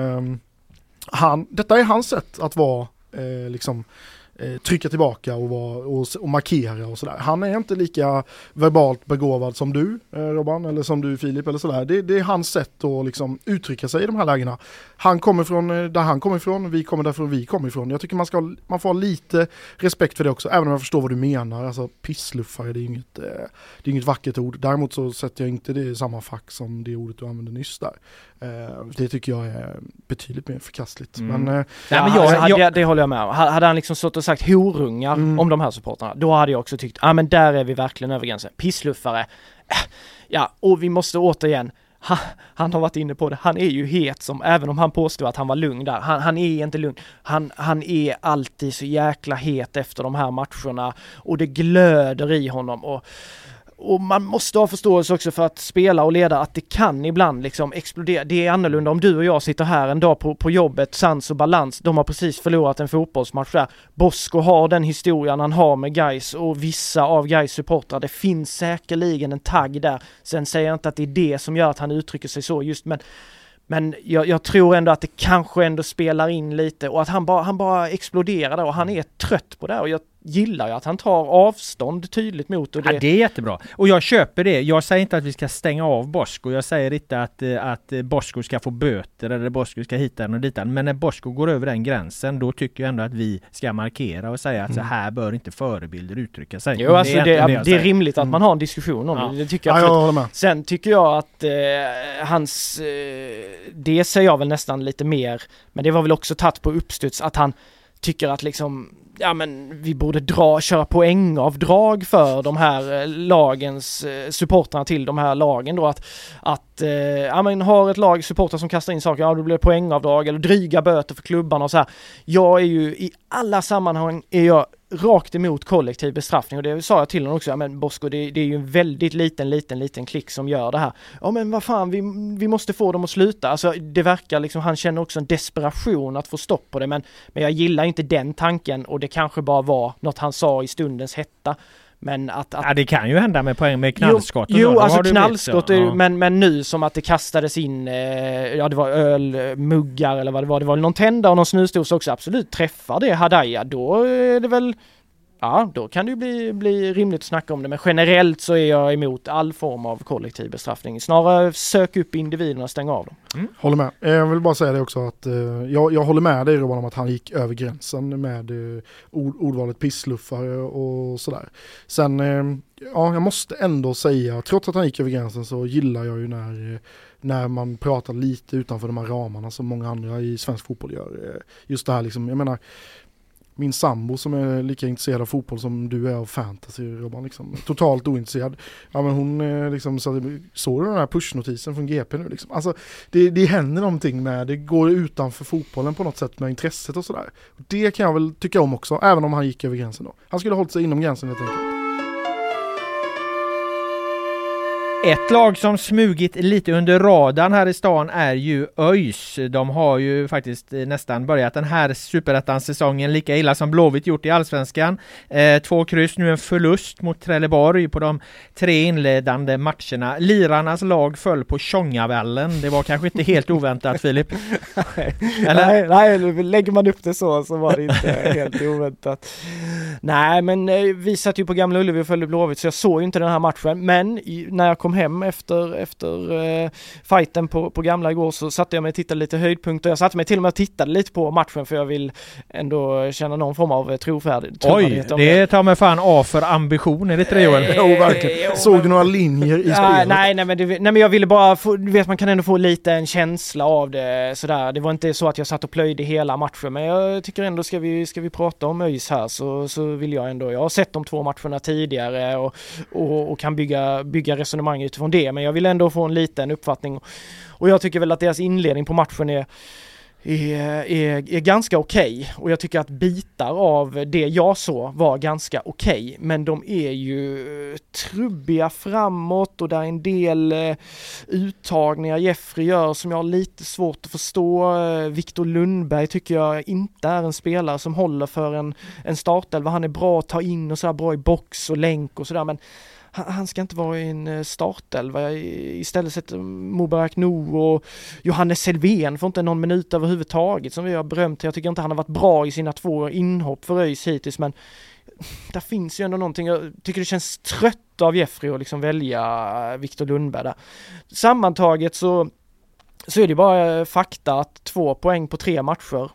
Detta är hans sätt att vara liksom trycka tillbaka och markera och sådär. Han är inte lika verbalt begåvad som du, Robban, eller som du, Filip, eller sådär. Det är hans sätt att liksom uttrycka sig i de här lägena. Han kommer från där han kommer ifrån, vi kommer därifrån vi kommer ifrån. Jag tycker man får ha lite respekt för det också, även om jag förstår vad du menar. Alltså pissluffare, det är inget vackert ord. Däremot så sätter jag inte det i samma fack som det ordet du använde nyss där. Det tycker jag är betydligt mer förkastligt. Men det håller jag med om. Hade han liksom stått och sagt horungar om de här supporterna, då hade jag också tyckt, men där är vi verkligen över gränsen. Pissluffare. Ja, och vi måste återigen, han har varit inne på det, han är ju het, som även om han påstår att han var lugn där, han är inte lugn. Han är alltid så jäkla het efter de här matcherna och det glöder i honom, och man måste ha förståelse också för att spela och leda, att det kan ibland liksom explodera. Det är annorlunda om du och jag sitter här en dag på jobbet, sans och balans. De har precis förlorat en fotbollsmatch där. Bosko har den historien han har med Gais och vissa av Gais supportrar. Det finns säkerligen en tagg där. Sen säger jag inte att det är det som gör att han uttrycker sig så just, men jag tror ändå att det kanske ändå spelar in lite, och att han bara exploderar där, och han är trött på det, och jag gillar ju att han tar avstånd tydligt mot. Och det... Ja, det är jättebra. Och jag köper det. Jag säger inte att vi ska stänga av Bosko. Jag säger inte att Bosko ska få böter eller Bosko ska hitta den och dit. Men när Bosko går över den gränsen, då tycker jag ändå att vi ska markera och säga att så här bör inte förebilder uttrycka sig. Jo, alltså det är rimligt att man har en diskussion om det. Det tycker jag håller med. Sen tycker jag att det säger jag väl nästan lite mer, men det var väl också tatt på uppstuds att han tycker att liksom, men vi borde köra poängavdrag för de här lagens supportrarna till de här lagen då, att har ett lag supportrar som kastar in saker, då blir det poängavdrag eller dryga böter för klubbarna och så här. Jag är ju i alla sammanhang rakt emot kollektiv bestraffning, och det sa jag till honom också, men Bosko, det är ju en väldigt liten klick som gör det här. Men vad fan, vi måste få dem att sluta. Alltså det verkar liksom, han känner också en desperation att få stopp på det, men jag gillar inte den tanken, och det kanske bara var något han sa i stundens hetta. Men det kan ju hända med knallskott. Jo, alltså knallskott, men nu som att det kastades in det var ölmuggar eller vad det var. Det var någon tända och någon snusdos också. Absolut, träffar det Hadaya, då är det väl, då kan det ju bli rimligt att snacka om det. Men generellt så är jag emot all form av kollektiv bestraffning. Snarare sök upp individerna och stänga av dem. Håller med. Jag vill bara säga det också att jag håller med dig, Robban, om att han gick över gränsen med ordvalet pissluffare och sådär. Sen, jag måste ändå säga, trots att han gick över gränsen, så gillar jag ju när man pratar lite utanför de här ramarna som många andra i svensk fotboll gör. Just det här liksom, jag menar, min sambo som är lika intresserad av fotboll som du är av fantasy, Robban, liksom, totalt ointresserad. Men hon liksom såg du den här pushnotisen från GP nu liksom. Alltså det händer någonting med, det går utanför fotbollen på något sätt med intresset och sådär. Det kan jag väl tycka om också, även om han gick över gränsen då. Han skulle ha hållit sig inom gränsen helt enkelt. Ett lag som smugit lite under radarn här i stan är ju ÖIS. De har ju faktiskt nästan börjat den här superettan-säsongen lika illa som Blåvitt gjort i Allsvenskan. 2 kryss, nu en förlust mot Trelleborg på de 3 inledande matcherna. Lirarnas lag föll på Tjångavällen. Det var kanske inte helt oväntat, Filip. Eller? Nej, lägger man upp det så var det inte helt oväntat. Nej, men vi satt ju på Gamla Ullevi och följde Blåvitt, så jag såg ju inte den här matchen. Men när jag kom hem efter fighten på Gamla igår, så satte jag mig och tittade lite höjdpunkter. Jag satte mig till och med och tittade lite på matchen, för jag vill ändå känna någon form av trovärdighet. Oj, det tar mig fan av för ambition, är det inte det, Joel? Jo, verkligen. Såg du några linjer i spelet? Nej, men jag ville bara få, du vet, man kan ändå få lite en känsla av det sådär. Det var inte så att jag satt och plöjde hela matchen, men jag tycker ändå ska vi prata om ÖIS här, så vill jag ändå. Jag har sett de 2 matcherna tidigare och kan bygga resonemang utifrån det, men jag vill ändå få en liten uppfattning. Och jag tycker väl att deras inledning på matchen är ganska okej. Och jag tycker att bitar av det jag såg var ganska okej. Men de är ju trubbiga framåt, och där är en del uttagningar Jeffrey gör som jag har lite svårt att förstå. Victor Lundberg tycker jag inte är en spelare som håller för en startelva. Han är bra att ta in och så här, bra i box och länk och sådär, men han ska inte vara i en startelva. Istället sätter Mubarak Nour och Johannes Selvén får inte någon minut överhuvudtaget, som vi har berömt. Jag tycker inte han har varit bra i sina 2 inhopp för ÖIS hittills, men där finns ju ändå någonting. Jag tycker det känns trött av Jeffrey att liksom välja Victor Lundberg där. Sammantaget så är det bara fakta att 2 poäng på 3 matcher.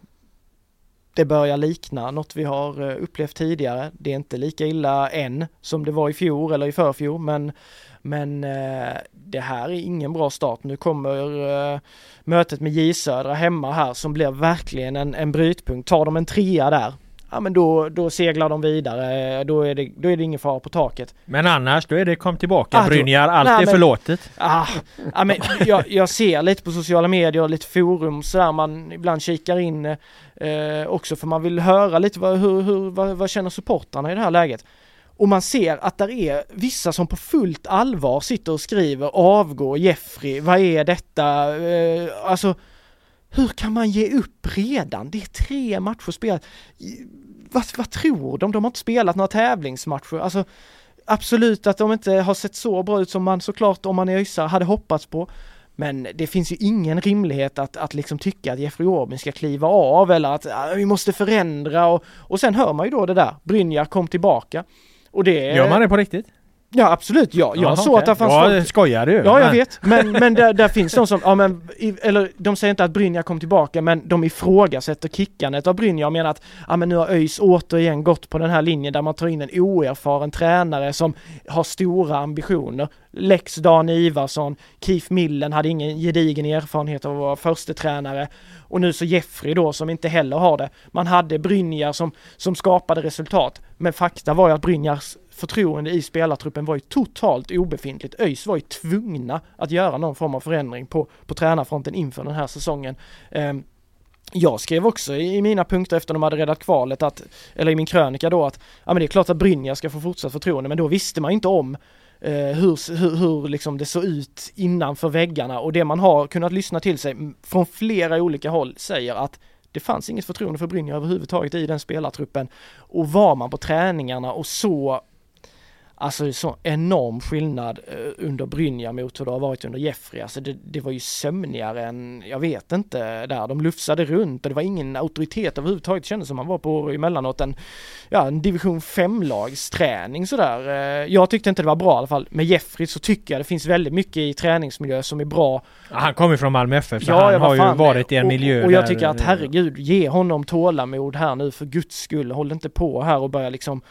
Det börjar likna något vi har upplevt tidigare. Det är inte lika illa än som det var i fjol eller i förfjol, men det här är ingen bra start. Nu kommer mötet med J Södra hemma här, som blir verkligen en brytpunkt. Tar de en 3 där, ja, men då seglar de vidare. Då är det ingen fara på taket. Men annars, då är det kom tillbaka. Brynjar, allt är förlåtet. Men jag ser lite på sociala medier och lite forum så där man ibland kikar in också, för man vill höra lite vad känner supportarna i det här läget. Och man ser att där är vissa som på fullt allvar sitter och skriver avgå Jeffrey, vad är detta? Alltså, hur kan man ge upp redan? Det är 3 matcher spelat. Vad tror de? De har inte spelat några tävlingsmatcher. Alltså, absolut att de inte har sett så bra ut som man såklart, om man är ÖISare, hade hoppats på. Men det finns ju ingen rimlighet att liksom tycka att Jeffrey Aubin ska kliva av, eller att vi måste förändra. Och sen hör man ju då det där. Brynjar kom tillbaka. Och det gör man det på riktigt? Ja, absolut. Jag såg att det fanns folk... skojar du? Ja, jag vet. Men där finns de som... eller de säger inte att Brynjar kom tillbaka, men de ifrågasätter kickandet av Brynjar och menar att nu har ÖIS återigen gått på den här linjen där man tar in en oerfaren tränare som har stora ambitioner. Lex Dan Ivarsson, Keith Millen hade ingen gedigen erfarenhet av att vara första tränare. Och nu så Jeffrey då, som inte heller har det. Man hade Brynjar som skapade resultat. Men fakta var ju att Brynjars förtroende i spelartruppen var ju totalt obefintligt. ÖIS var ju tvungna att göra någon form av förändring på tränarfronten inför den här säsongen. Jag skrev också i mina punkter efter de hade räddat kvalet, eller i min krönika då, att men det är klart att Brynjar ska få fortsatt förtroende, men då visste man inte om hur liksom det såg ut innanför väggarna, och det man har kunnat lyssna till sig från flera olika håll säger att det fanns inget förtroende för Brynjar överhuvudtaget i den spelartruppen. Och var man på träningarna och så enorm skillnad under Brynjar mot hur det har varit under Jeffrey. Alltså det var ju sömnigare än, jag vet inte, där de lufsade runt och det var ingen auktoritet överhuvudtaget. Det kändes som man var på emellanåt en division 5-lags träning sådär. Jag tyckte inte det var bra i alla fall. Med Jeffrey så tycker jag det finns väldigt mycket i träningsmiljö som är bra. Ja, han kommer från Malmö FF, så han har ju varit i en miljö och jag tycker att herregud, ge honom tålamod här nu för Guds skull. Håll inte på här och börja liksom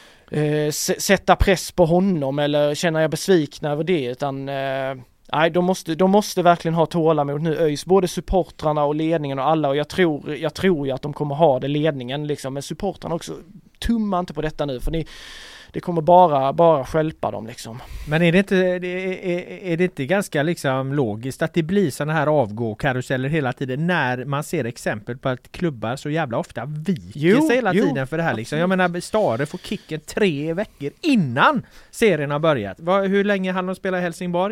sätta press på honom eller känner jag besvikna över det, utan nej, de måste verkligen ha tålamod nu, ÖIS, både supportrarna och ledningen och alla, och jag tror ju att de kommer ha det, ledningen liksom, men supportrarna också, tumma inte på detta nu, för det kommer bara stjälpa dem liksom. Men är det inte ganska liksom logiskt att det blir såna här avgå-karuseller hela tiden när man ser exempel på att klubbar så jävla ofta viker sig hela tiden för det här liksom. Jag menar, Stare får kicken 3 veckor innan serien har börjat. Hur länge hann de spela i Helsingborg?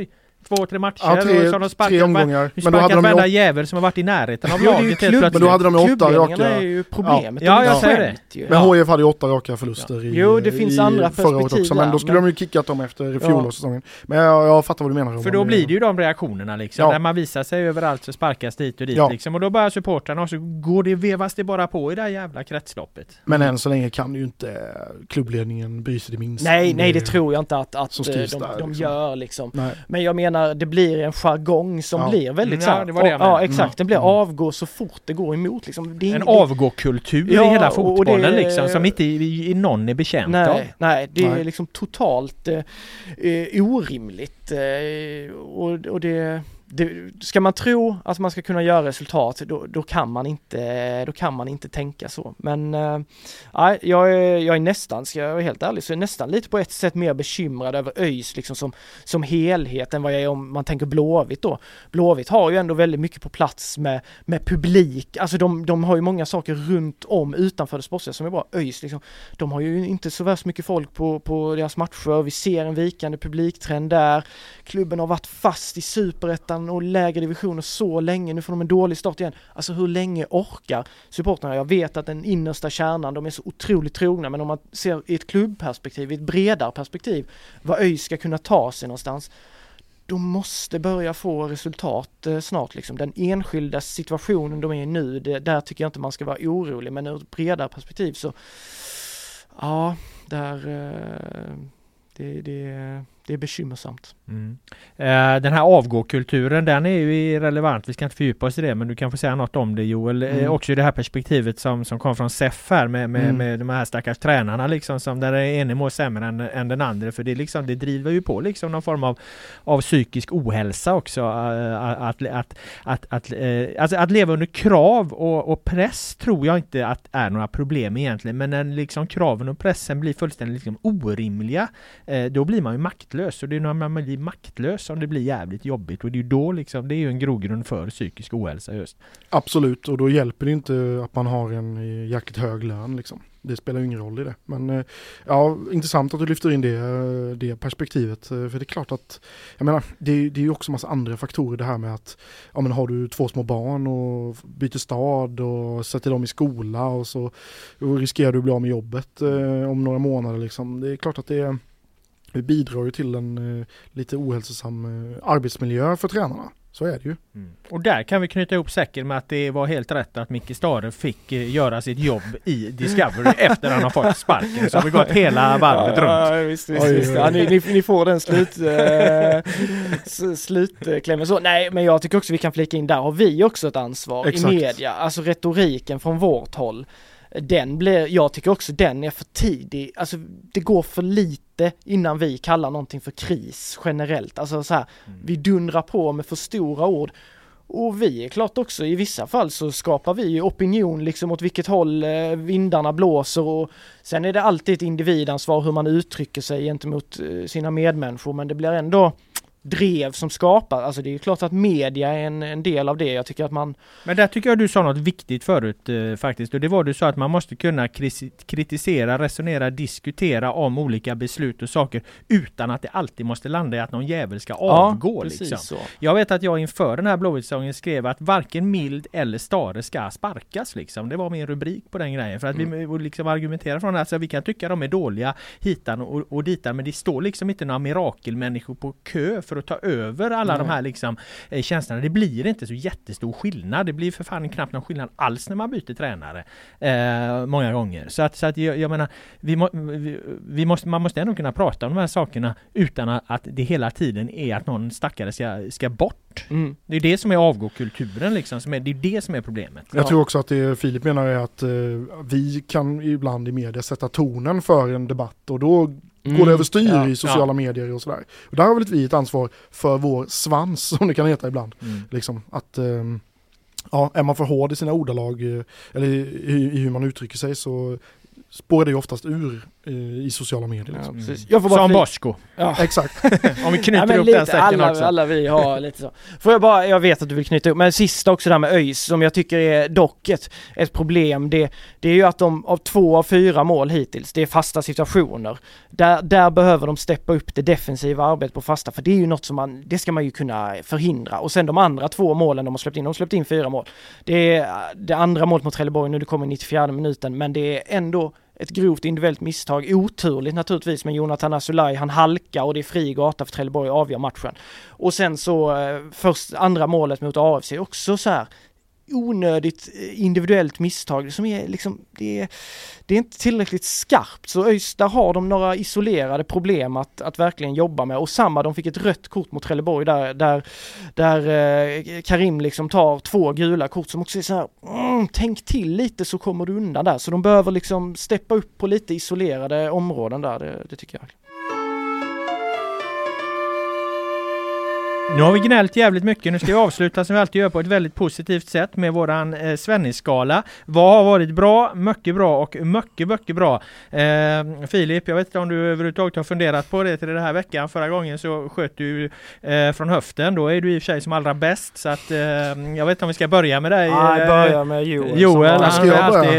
2-3 matcher. Ja, tre omgångar. Men då hade de varenda jävel som har varit i närheten av laget. Men då hade de 8 raka. Är ju problemet. Ja, jag säger det. Men HIF hade ju 8 raka förluster Jo, det finns andra förra året också. Men då skulle de ju kickat dem efter fjolårssäsongen. Men jag fattar vad du menar. För då blir det ju de reaktionerna liksom. När man visar sig överallt så sparkas dit och dit liksom. Och då börjar supportrarna och så vevas det bara på i det här jävla kretsloppet. Men än så länge kan ju inte klubbledningen bry sig det minsta. Nej, det tror jag inte att de gör liksom. Nej. Men jag menar, det blir en jargong som blir väldigt exakt. Det blir avgå så fort det går emot liksom. Det är en avgåkultur i hela fotbollen liksom, som inte någon är bekänt av. Nej, det är liksom totalt orimligt och det ska man tro att man ska kunna göra resultat, då kan man inte tänka så. Men jag är nästan, ska jag vara helt ärlig, så är nästan lite på ett sätt mer bekymrad över ÖIS liksom som helhet än vad jag är om man tänker Blåvitt då. Blåvitt har ju ändå väldigt mycket på plats med publik. Alltså de har ju många saker runt om utanför det sportsliga som är bra. ÖIS liksom, de har ju inte så värst mycket folk på deras matcher. Vi ser en vikande publiktrend där. Klubben har varit fast i superettan och lägre divisioner så länge. Nu får de en dålig start igen. Alltså hur länge orkar supporterna? Jag vet att den innersta kärnan, de är så otroligt trogna, men om man ser i ett klubbperspektiv, i ett bredare perspektiv, vad ÖIS ska kunna ta sig någonstans, de måste börja få resultat snart liksom. Den enskilda situationen de är i nu, där tycker jag inte man ska vara orolig, men ur ett bredare perspektiv så det är bekymmersamt. Den här avgåkulturen, den är ju irrelevant. Vi ska inte fördjupa oss i det, men du kan få säga något om det, Joel. Också i det här perspektivet som kom från SEF här med de här stackars tränarna liksom, som där är en mår sämre än den andra, för det liksom, det driver ju på liksom någon form av psykisk ohälsa också, att leva under krav och press tror jag inte att är några problem egentligen, men när liksom kraven och pressen blir fullständigt liksom orimliga, då blir man ju maktlös, och det är när man blir maktlös som det blir jävligt jobbigt, och det är ju då liksom, det är ju en grogrund för psykisk ohälsa just. Absolut, och då hjälper det inte att man har en jäkligt hög lön liksom. Det spelar ju ingen roll i det. Men intressant att du lyfter in det perspektivet. För det är klart att, jag menar, det är ju också massa andra faktorer det här med att, ja men har du 2 små barn och byter stad och sätter dem i skola och så riskerar du att bli av med jobbet om några månader liksom. Det är klart att det bidrar ju till en lite ohälsosam arbetsmiljö för tränarna. Så är det ju. Och där kan vi knyta ihop säcken med att det var helt rätt att Micke Stare fick göra sitt jobb i Discovery efter han har fått sparken. Så har vi gått hela varvet runt. Ja, visst. Ja, ni får den slutklämmen. Så, nej, men jag tycker också vi kan flika in, där har vi också ett ansvar. Exakt. I media. Alltså retoriken från vårt håll. Jag tycker också den är för tidig. Alltså det går för lite innan vi kallar någonting för kris generellt. Alltså så här, vi dundrar på med för stora ord. Och vi är klart också, i vissa fall så skapar vi ju opinion liksom åt vilket håll vindarna blåser, och sen är det alltid ett individansvar hur man uttrycker sig gentemot sina medmänniskor, men det blir ändå drev som skapar, alltså det är klart att media är en del av det. Jag tycker att man... Men där tycker jag du sa något viktigt förut faktiskt, och det var du sa att man måste kunna kritisera, resonera, diskutera om olika beslut och saker utan att det alltid måste landa i att någon jävel ska avgå. Liksom. Så. Jag vet att jag inför den här Blåvitt-säsongen skrev att varken Mild eller Stare ska sparkas liksom. Det var min rubrik på den grejen, för att vi liksom argumenterar från det här, så vi kan tycka de är dåliga hitan och ditan, men det står liksom inte några mirakelmänniskor på kö för att ta över alla de här liksom, tjänsterna. Det blir inte så jättestor skillnad. Det blir för fan knappt någon skillnad alls när man byter tränare många gånger. Så att jag menar, man måste ändå kunna prata om de här sakerna utan att det hela tiden är att någon stackare ska bort. Det är det som är avgåkulturen liksom, det är det som är problemet. Jag tror också att det Filip menar är att vi kan ibland i media sätta tonen för en debatt, och då går det överstyr i sociala medier och sådär. Och där har väl vi ett ansvar för vår svans, som det kan heta ibland. Liksom, att är man för hård i sina ordalag eller i hur man uttrycker sig, så spårar det ju oftast ur i sociala medier. Liksom. Ja, precis. Jag får bara som Bosko. Ja. Exakt. Om vi knyter upp den säcken också. Alla vi har lite så. Jag vet att du vill knyta upp, men sista också där med ÖIS som jag tycker är dock ett problem. Det är ju att de av 2 av 4 mål hittills, det är fasta situationer. Där behöver de steppa upp det defensiva arbetet på fasta, för det är ju något som det ska man ju kunna förhindra. Och sen de andra 2 målen de har släppt in 4 mål. Det är det andra målet mot Trelleborg nu, det kommer i 94 minuten, men det är ändå ett grovt individuellt misstag, oturligt naturligtvis, men Jonathan Asulaj, han halkar och det är fri gata för Trelleborg att avgöra matchen. Och sen så andra målet mot AFC också så här onödigt individuellt misstag som är liksom, det är inte tillräckligt skarpt, så ÖIS, där har de några isolerade problem att verkligen jobba med. Och samma, de fick ett rött kort mot Trelleborg där Karim liksom tar 2 gula kort som också är så här, tänk till lite så kommer du undan där, så de behöver liksom steppa upp på lite isolerade områden där, det tycker jag. Nu har vi gnällt jävligt mycket. Nu ska vi avsluta som vi alltid gör på ett väldigt positivt sätt med våran Svennis-skala. Vad har varit bra, mycket bra och mycket bra? Filip, jag vet inte om du överhuvudtaget har funderat på det till den här veckan. Förra gången så sköt du från höften. Då är du i och för sig som allra bäst. Så att, jag vet inte om vi ska börja med dig. Börja med Joel, han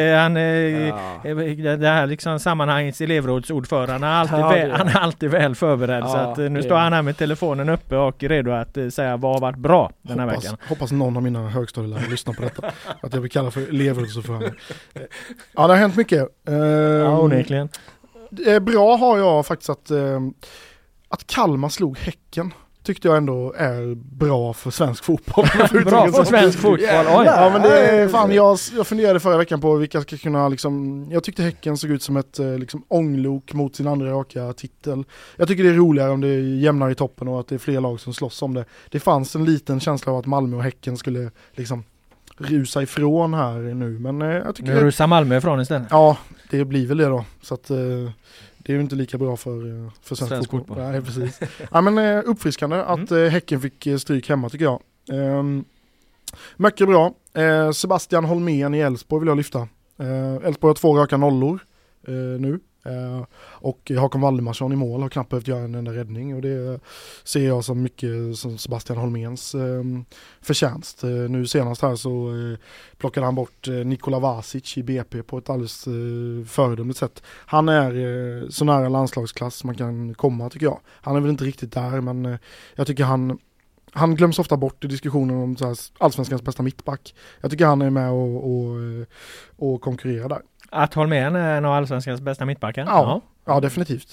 det här liksom sammanhangets elevrådsordförande. Han är alltid väl förberedd. Så att, nu står han här med telefonen uppe och redo att säga vad har varit bra den här veckan. Hoppas någon av mina högstadielärare lyssnar på detta. Att jag vill kalla för elevrådsordförande. Ja, det har hänt mycket. Ja, onekligen. Bra har jag faktiskt att Kalmar slog Häcken. Tyckte jag ändå är bra för svensk fotboll. Bra för svensk fotboll. Ja, men det är fan, jag funderade förra veckan på vilka ska kunna liksom, jag tyckte Häcken såg ut som ett liksom ånglok mot sin andra raka titel. Jag tycker det är roligare om det är jämnare i toppen och att det är fler lag som slåss om det. Det fanns en liten känsla av att Malmö och Häcken skulle liksom rusa ifrån här nu, men jag tycker nu rusar Malmö ifrån istället. Ja, det blir väl det då. Så att det är ju inte lika bra för svensk fotboll. Nej, precis. Ja, men uppfriskande att Häcken fick stryk hemma tycker jag. Mycket bra. Sebastian Holmén i Elfsborg vill jag lyfta. Elfsborg har 2 raka nollor nu. Och Håkan Valdemarsson i mål har knappt behövt göra en enda räddning, och det ser jag som mycket som Sebastian Holméns förtjänst. Nu senast här så plockade han bort Nikola Vasic i BP på ett alldeles föredömligt sätt. Han är så nära landslagsklass man kan komma tycker jag. Han är väl inte riktigt där, men jag tycker han glöms ofta bort i diskussionen om så här allsvenskans bästa mittback. Jag tycker han är med och konkurrerar där. Att Holmén är en av allsvenskans bästa mittbackar? Ja, definitivt.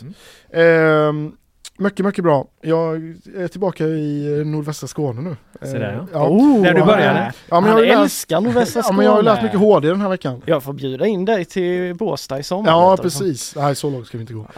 Mycket bra. Jag är tillbaka i nordvästra Skåne nu. Där du började. Ja, men jag älskar nordvästra Skåne. Ja, men jag har läst mycket HD den här veckan. Jag får bjuda in dig till Båstad i sommar. Ja, precis. Nej, så långt ska vi inte gå.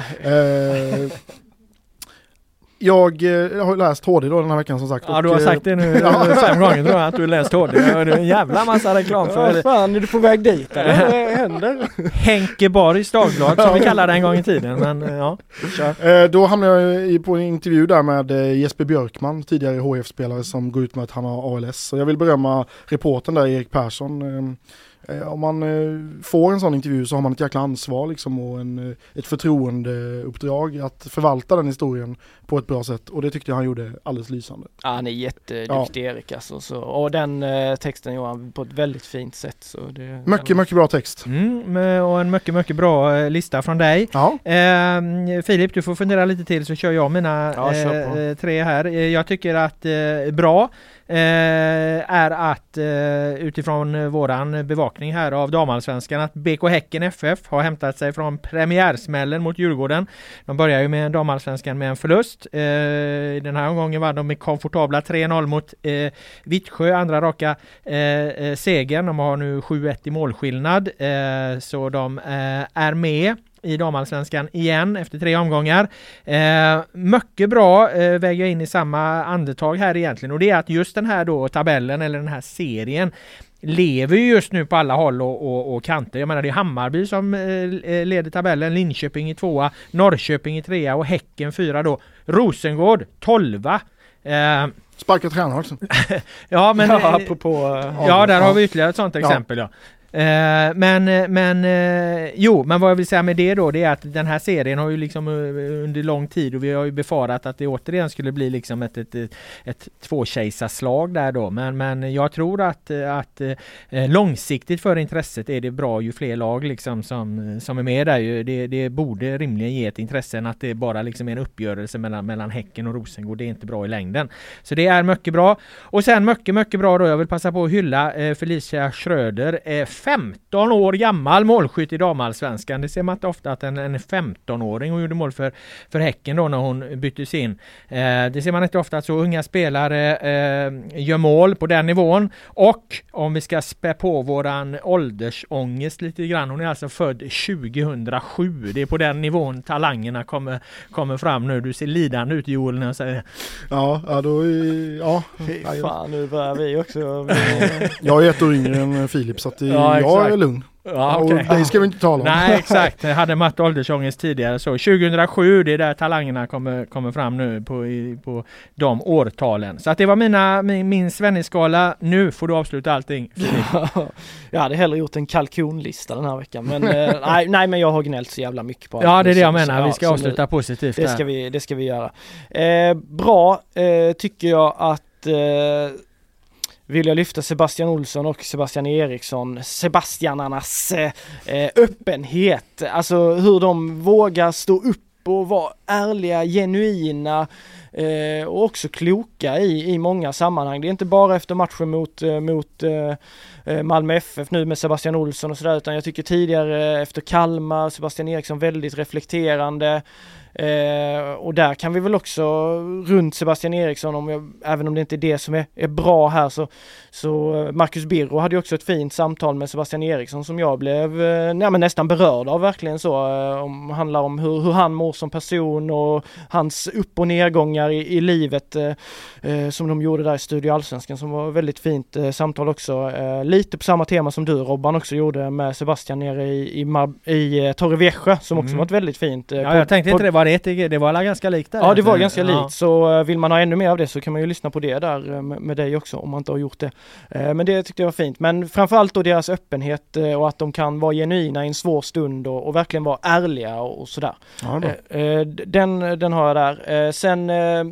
Jag har läst HD då den här veckan som sagt. Ja, du har sagt det nu 5 gånger tror jag att du har läst HD. Det är en jävla massa reklam för det. Fan, är du på väg dit? Vad händer? Henke Borgs Dagblad som vi kallade det en gång i tiden. Men ja, då hamnade jag på en intervju där med Jesper Björkman, tidigare HF-spelare som går ut med att han har ALS. Så jag vill berömma reportern där, Erik Persson. Om man får en sån intervju så har man ett jäkla ansvar liksom, och ett förtroendeuppdrag att förvalta den historien på ett bra sätt, och det tyckte jag han gjorde alldeles lysande. Ja, han är jätteduktig Erik alltså, så, och den texten gjorde han på ett väldigt fint sätt. Så det, mycket bra text. Och en mycket bra lista från dig. Ja. Filip, du får fundera lite till så kör jag mina 3 här. Jag tycker att bra är att utifrån våran bevakning här av damallsvenskan att BK Häcken FF har hämtat sig från premiärsmällen mot Djurgården. De börjar ju med damallsvenskan med en förlust. Den här omgången var de med komfortabla 3-0 mot Vittsjö, andra raka segern. De har nu 7-1 i målskillnad, så de är med i damallsvenskan igen efter 3 omgångar. Mycket bra väger jag in i samma andetag här egentligen, och det är att just den här då tabellen eller den här serien lever ju just nu på alla håll och kanter. Jag menar, det är Hammarby som leder tabellen, Linköping i 2, Norrköping i 3 och Häcken 4 då. Rosengård 12. Sparka tränare också. Ja, men apropå där har vi ytterligare ett sånt exempel. Ja. Men vad jag vill säga med det då, det är att den här serien har ju liksom under lång tid, och vi har ju befarat att det återigen skulle bli liksom ett tvåkejsarslag där då, men jag tror att långsiktigt för intresset är det bra ju fler lag liksom som är med där ju. Det borde rimligen ge ett intresse än att det bara liksom är en uppgörelse mellan Häcken och Rosengård. Det är inte bra i längden. Så det är mycket bra. Och sen mycket bra då, jag vill passa på att hylla Felicia Schröder, 15 år gammal målskytt i damallsvenskan. Det ser man inte ofta att en 15-åring, och gjorde mål för Häcken då när hon byttes in. Det ser man inte ofta att så unga spelare gör mål på den nivån. Och om vi ska spä på våran åldersångest lite grann, hon är alltså född 2007. Det är på den nivån talangerna kommer fram nu. Du ser lidande ut, Joel, när jag säger. Ja, då är... Ja. Fan, nu börjar vi också. Jag är ett år yngre än Filip, så att jag är lugn. Ja, okay. Och det ska vi inte tala om. Nej, exakt. Jag hade Matt åldersångest tidigare. Så 2007, det är där talangerna kommer fram nu på de årtalen. Så att det var min Svennis-skala. Nu får du avsluta allting. Jag hade hellre gjort en kalkonlista den här veckan. Men nej, men jag har gnällt så jävla mycket på allt. Ja, det är det jag menar. Vi ska avsluta nu, positivt. Det ska vi göra. Bra, tycker jag att... vill jag lyfta Sebastian Olsson och Sebastian Eriksson, Sebastianarnas öppenhet, alltså hur de vågar stå upp och vara ärliga, genuina och också kloka i många sammanhang. Det är inte bara efter matchen mot Malmö FF nu med Sebastian Olsson och sådär, utan jag tycker tidigare efter Kalmar, Sebastian Eriksson väldigt reflekterande. Och där kan vi väl också runt Sebastian Eriksson, även om det inte är det som är bra här, så Marcus Birro hade ju också ett fint samtal med Sebastian Eriksson som jag blev nästan berörd av, verkligen så, handlar om hur han mår som person och hans upp- och nedgångar i livet, som de gjorde där i Studio Allsvenskan, som var väldigt fint samtal också, lite på samma tema som du, Robban, också gjorde med Sebastian nere i Torrevieja, som också var ett väldigt fint. Jag tänkte inte det var ganska likt där. Ja, det var ganska likt, så vill man ha ännu mer av det så kan man ju lyssna på det där med dig också, om man inte har gjort det. Men det tyckte jag var fint. Men framförallt då deras öppenhet och att de kan vara genuina i en svår stund och verkligen vara ärliga och sådär. Ja, den har jag där. Sen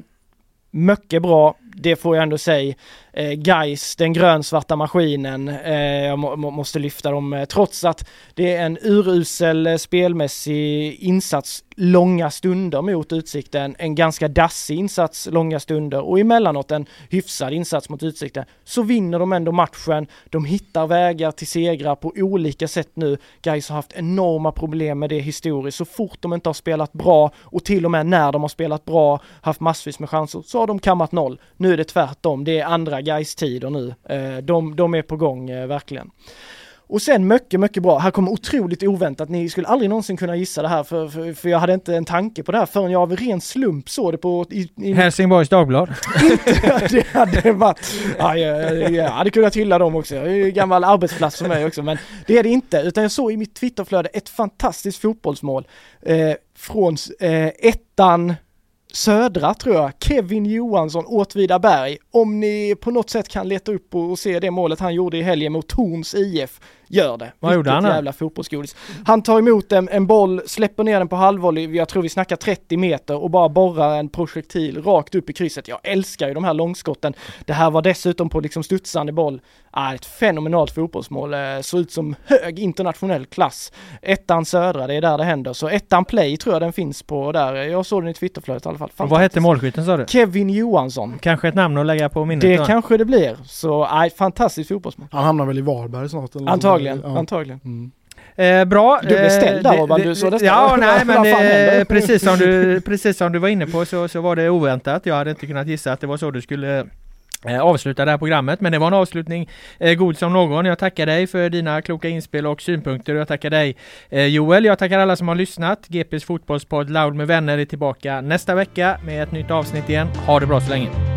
mycket bra, det får jag ändå säga. Gais, den grönsvarta maskinen, jag måste lyfta dem, trots att det är en urusel spelmässig insats långa stunder mot Utsikten, en ganska dassig insats långa stunder och emellanåt en hyfsad insats mot Utsikten, så vinner de ändå matchen. De hittar vägar till segrar på olika sätt nu. Gais har haft enorma problem med det historiskt. Så fort de inte har spelat bra, och till och med när de har spelat bra, haft massvis med chanser, så har de kammat noll. Nu är det tvärtom, det är andra Gais-tider nu. De är på gång, verkligen. Och sen mycket bra. Här kommer otroligt oväntat. Ni skulle aldrig någonsin kunna gissa det här, för jag hade inte en tanke på det här förrän jag av ren slump såg det på Helsingborgs Dagblad. Det hade varit... Jag hade kunnat hylla dem också. Det är ju en gammal arbetsplats för mig också, men det är det inte. Utan jag såg i mitt Twitterflöde ett fantastiskt fotbollsmål från ettan Södra, tror jag, Kevin Johansson, Åtvidaberg. Om ni på något sätt kan leta upp och se det målet han gjorde i helgen mot Torns IF, gör det. Vad gjorde han? Jävla fotbollsgodis. Han tar emot en boll, släpper ner den på halvvolley, jag tror vi snackar 30 meter, och bara borrar en projektil rakt upp i krysset. Jag älskar ju de här långskotten. Det här var dessutom på liksom studsande boll. Ett fenomenalt fotbollsmål. Såg ut som hög internationell klass. Ettan Södra, det är där det händer. Så ettan Play tror jag den finns på där. Jag såg den i Twitterflödet i alla fall. Vad hette målskytten, sa du? Kevin Johansson. Kanske ett namn att lägga på minnet. Det kanske det blir. Så fantastiskt fotbollsmål. Han hamnar väl i Varberg snart? Eller Antagligen. Bra. Du blev ställd där, Robban. Du såg det. Ja, nej, men precis som du var inne på så var det oväntat. Jag hade inte kunnat gissa att det var så du skulle avsluta det här programmet, men det var en avslutning god som någon. Jag tackar dig för dina kloka inspel och synpunkter. Jag tackar dig, Joel. Jag tackar alla som har lyssnat. GPs fotbollspodd Loud med vänner är tillbaka nästa vecka med ett nytt avsnitt igen. Ha det bra så länge.